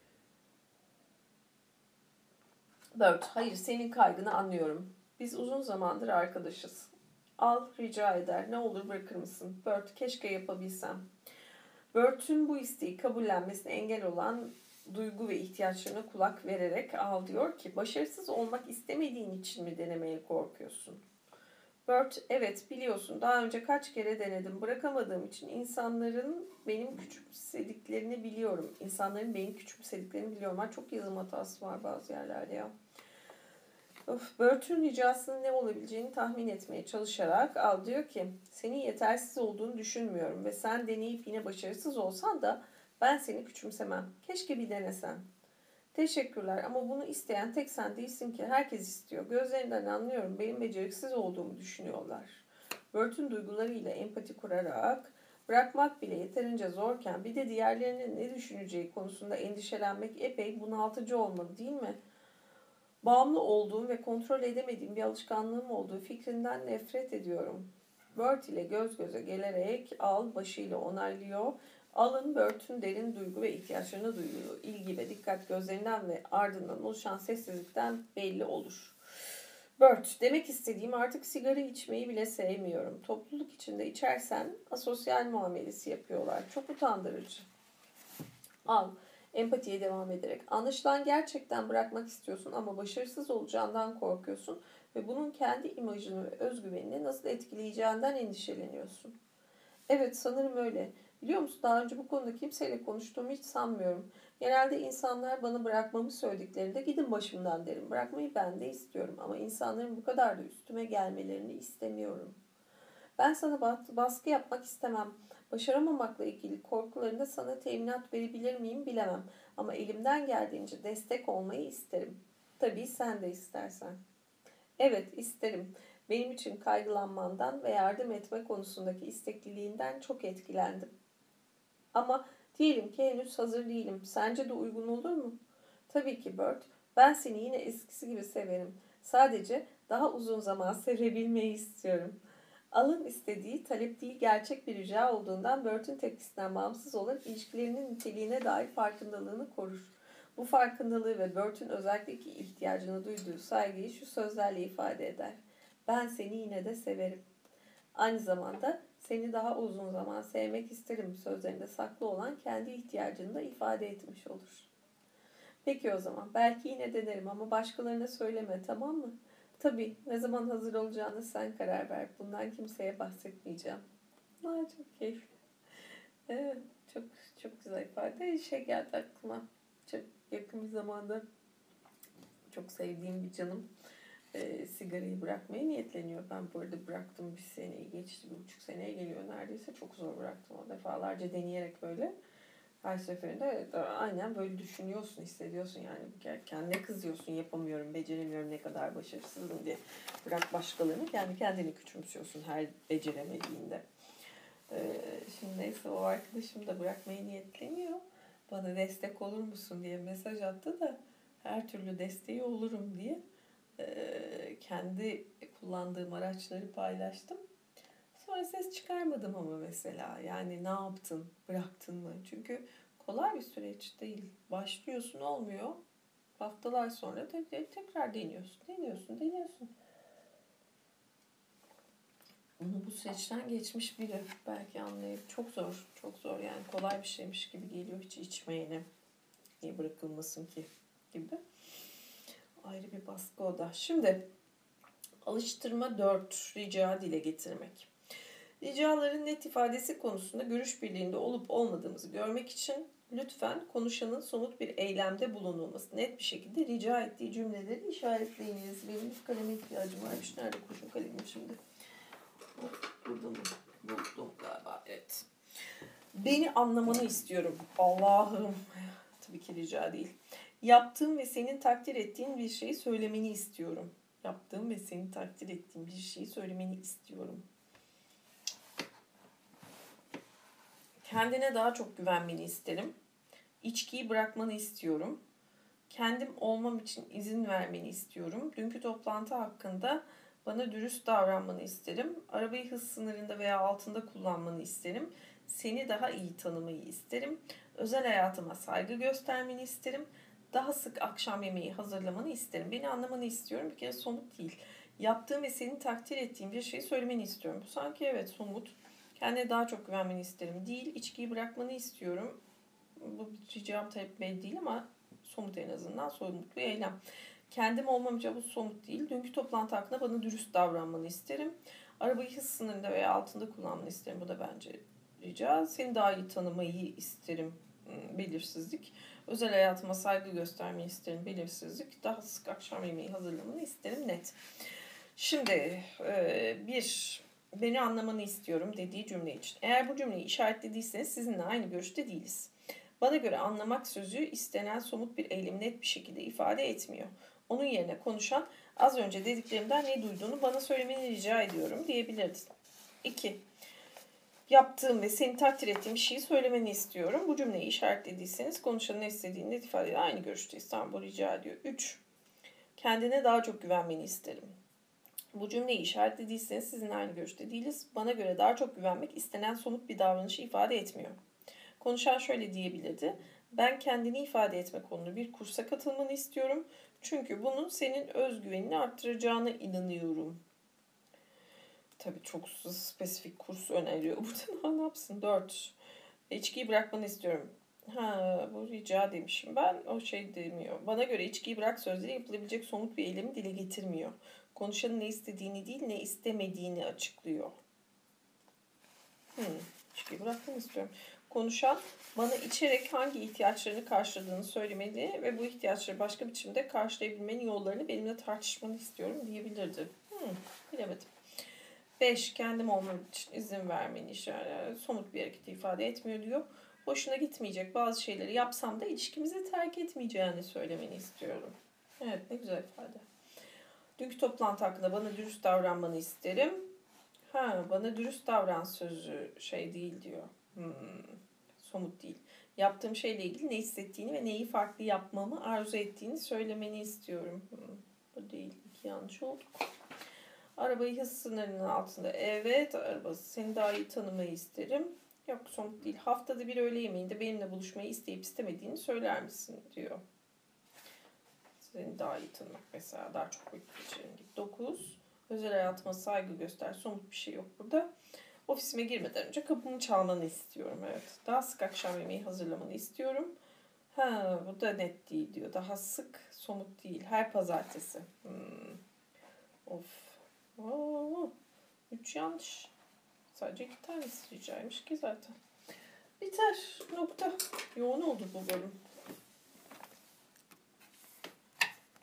Bert, hayır, senin kaygını anlıyorum. Biz uzun zamandır arkadaşız. Al rica eder. Ne olur bırakır mısın? Bert, keşke yapabilsem. Bert'ün bu isteği kabullenmesine engel olan duygu ve ihtiyaçlarına kulak vererek Al diyor ki, başarısız olmak istemediğin için mi denemeye korkuyorsun? Bert, evet biliyorsun daha önce kaç kere denedim. Bırakamadığım için insanların benim küçümsediklerini biliyorum. İnsanların beni küçümsediklerini biliyorum. Ha, çok yazım hatası var bazı yerlerde ya. Of, Bert'ün ricasının ne olabileceğini tahmin etmeye çalışarak Al diyor ki, senin yetersiz olduğunu düşünmüyorum ve sen deneyip yine başarısız olsan da ben seni küçümsemem. Keşke bir denesen. Teşekkürler ama bunu isteyen tek sen değilsin ki. Herkes istiyor. Gözlerinden anlıyorum. Benim beceriksiz olduğumu düşünüyorlar. Bert'ün duygularıyla empati kurarak bırakmak bile yeterince zorken bir de diğerlerinin ne düşüneceği konusunda endişelenmek epey bunaltıcı olmalı değil mi? Bağımlı olduğum ve kontrol edemediğim bir alışkanlığım olduğu fikrinden nefret ediyorum. Bert ile göz göze gelerek Al başıyla onaylıyor. Al'ın Bert'ün derin duygu ve ihtiyaçlarına duyduğu ilgi ve dikkat gözlerinden ve ardından oluşan sessizlikten belli olur. Bert, demek istediğim artık sigara içmeyi bile sevmiyorum. Topluluk içinde içersen asosyal muamelesi yapıyorlar. Çok utandırıcı. Al, empatiye devam ederek. Anlaşılan gerçekten bırakmak istiyorsun ama başarısız olacağından korkuyorsun ve bunun kendi imajını ve özgüvenini nasıl etkileyeceğinden endişeleniyorsun. Evet, sanırım öyle. Biliyor musun, daha önce bu konuda kimseyle konuştuğumu hiç sanmıyorum. Genelde insanlar bana bırakmamı söylediklerinde gidin başımdan derim. Bırakmayı ben de istiyorum ama insanların bu kadar da üstüme gelmelerini istemiyorum. Ben sana baskı yapmak istemem. Başaramamakla ilgili korkularında sana teminat verebilir miyim bilemem. Ama elimden geldiğince destek olmayı isterim. Tabii sen de istersen. Evet, isterim. Benim için kaygılanmandan ve yardım etme konusundaki istekliliğinden çok etkilendim. Ama diyelim ki henüz hazır değilim. Sence de uygun olur mu? Tabii ki Bert. Ben seni yine eskisi gibi severim. Sadece daha uzun zaman sevebilmeyi istiyorum. Alın istediği talep değil, gerçek bir rica olduğundan Bert'ün tepkisinden bağımsız olarak ilişkilerinin niteliğine dair farkındalığını korur. Bu farkındalığı ve Bert'ün özellikle ihtiyacını duyduğu saygıyı şu sözlerle ifade eder. Ben seni yine de severim. Aynı zamanda seni daha uzun zaman sevmek isterim sözlerinde saklı olan kendi ihtiyacını da ifade etmiş olur. Peki o zaman. Belki yine denerim ama başkalarına söyleme, tamam mı? Tabii, ne zaman hazır olacağını sen karar ver. Bundan kimseye bahsetmeyeceğim. Aa, çok keyifli. Evet, çok çok güzel ifade. Şey geldi aklıma. Çok yakın bir zamanda çok sevdiğim bir canım e, sigarayı bırakmaya niyetleniyor. Ben bu arada bıraktım, bir seneyi geçti, bir buçuk seneye geliyor neredeyse. Çok zor bıraktım o, defalarca deneyerek böyle. Her seferinde aynen böyle düşünüyorsun, hissediyorsun yani. Kendine kızıyorsun, yapamıyorum, beceremiyorum, ne kadar başarısızım diye. Bırak başkalarını, kendi kendini küçümsüyorsun her beceremediğinde. Ee, şimdi neyse, o arkadaşım da bırakmaya niyetleniyor. Bana destek olur musun diye mesaj attı da her türlü desteği olurum diye e, kendi kullandığım araçları paylaştım. Sonra ses çıkarmadım ama mesela. Yani ne yaptın, bıraktın mı? Çünkü kolay bir süreç değil. Başlıyorsun, olmuyor. Haftalar sonra da tekrar deniyorsun, deniyorsun, deniyorsun. Bunu bu süreçten geçmiş biri belki anlayıp, çok zor, çok zor yani, kolay bir şeymiş gibi geliyor hiç içmeyene. Niye bırakılmasın ki gibi. Ayrı bir baskı o da. Şimdi alıştırma dört, rica dile getirmek. Ricaların net ifadesi konusunda görüş birliğinde olup olmadığımızı görmek için lütfen konuşanın somut bir eylemde bulunulması, net bir şekilde rica ettiği cümleleri işaretleyiniz. Benim bir kaleme ihtiyacım varmış. Nerede kurşun kalemim şimdi? Burada mı? Buldum galiba. Evet. Beni anlamanı istiyorum. Allah'ım. Tabii ki rica değil. Yaptığım ve senin takdir ettiğin bir şeyi söylemeni istiyorum. Yaptığım ve senin takdir ettiğin bir şeyi söylemeni istiyorum. Kendine daha çok güvenmeni isterim. İçkiyi bırakmanı istiyorum. Kendim olmam için izin vermeni istiyorum. Dünkü toplantı hakkında bana dürüst davranmanı isterim. Arabayı hız sınırında veya altında kullanmanı isterim. Seni daha iyi tanımayı isterim. Özel hayatıma saygı göstermeni isterim. Daha sık akşam yemeği hazırlamanı isterim. Beni anlamanı istiyorum. Bir kere somut değil. Yaptığım ve senin takdir ettiğim bir şeyi söylemeni istiyorum. Bu sanki evet somut. Kendine daha çok güvenmeni isterim. Değil, içkiyi bırakmanı istiyorum. Bu ricam talep belli değil ama somut, en azından somut bir eylem. Kendim olmam için bu somut değil. Dünkü toplantı hakkında bana dürüst davranmanı isterim. Arabayı hız sınırında veya altında kullanmanı isterim. Bu da bence rica. Seni daha iyi tanımayı isterim. Belirsizlik. Özel hayatıma saygı göstermeyi isterim. Belirsizlik. Daha sık akşam yemeği hazırlamanı isterim. Net. Şimdi bir, beni anlamanı istiyorum dediği cümle için. Eğer bu cümleyi işaretlediyseniz sizinle aynı görüşte değiliz. Bana göre anlamak sözü istenen somut bir eylemi net bir şekilde ifade etmiyor. Onun yerine konuşan az önce dediklerimden ne duyduğunu bana söylemeni rica ediyorum diyebilirdi. iki. Yaptığım ve seni takdir ettiğim bir şeyi söylemeni istiyorum. Bu cümleyi işaretlediyseniz konuşanın ne istediğini net ifade ediyor. Aynı görüşteyiz. Tamam, bu rica ediyor. üç. Kendine daha çok güvenmeni isterim. Bu cümleyi işaretlediyseniz sizinle aynı görüşte değiliz. Bana göre daha çok güvenmek istenen somut bir davranışı ifade etmiyor. Konuşan şöyle diyebilirdi. Ben kendini ifade etme konulu bir kursa katılmanı istiyorum. Çünkü bunun senin özgüvenini arttıracağına inanıyorum. Tabii çok spesifik kurs öneriyor. Burada ne yapsın? dört. İçkiyi bırakmanı istiyorum. Ha, bu rica demişim. Ben o şey demiyor. Bana göre içkiyi bırak sözleri yapılabilecek somut bir eylemi dile getirmiyor. Konuşanın ne istediğini değil, ne istemediğini açıklıyor. Hmm. İçkiyi bırakmanı istiyorum. konuşan bana içerek hangi ihtiyaçlarını karşıladığını söylemeli ve bu ihtiyaçları başka biçimde karşılayabilmenin yollarını benimle tartışmanı istiyorum diyebilirdi. Hmm, bilemedim. beş. Kendim olmam için izin vermeni işaret. Somut bir hareket ifade etmiyor diyor. Hoşuna gitmeyecek bazı şeyleri yapsam da ilişkimizi terk etmeyeceğini söylemeni istiyorum. Evet, ne güzel ifade. Dünkü toplantı hakkında bana dürüst davranmanı isterim. Ha, bana dürüst davran sözü şey değil diyor. Hmm, somut değil. Yaptığım şeyle ilgili ne hissettiğini ve neyi farklı yapmamı arzu ettiğini söylemeni istiyorum. Hmm, bu değil. İki yanlış oldu. Arabayı hız sınırının altında. Evet, arabası. Seni daha iyi tanımayı isterim. Yok, somut değil. Haftada bir öğle yemeğinde benimle buluşmayı isteyip istemediğini söyler misin diyor. Seni daha iyi tanımak mesela. Daha çok vakit geçirelim gibi. dokuz. Özel hayatıma saygı göster. Somut bir şey yok burada. Ofisime girmeden önce kapımı çalmanı istiyorum. Evet. Daha sık akşam yemeği hazırlamanı istiyorum. Ha, bu da net değil diyor. Daha sık, somut değil. Her pazartesi. Hmm. Of. Oo. Üç yanlış. Sadece iki tanesi ricaymış ki zaten. Biter. Nokta. Yoğun oldu bu bölüm.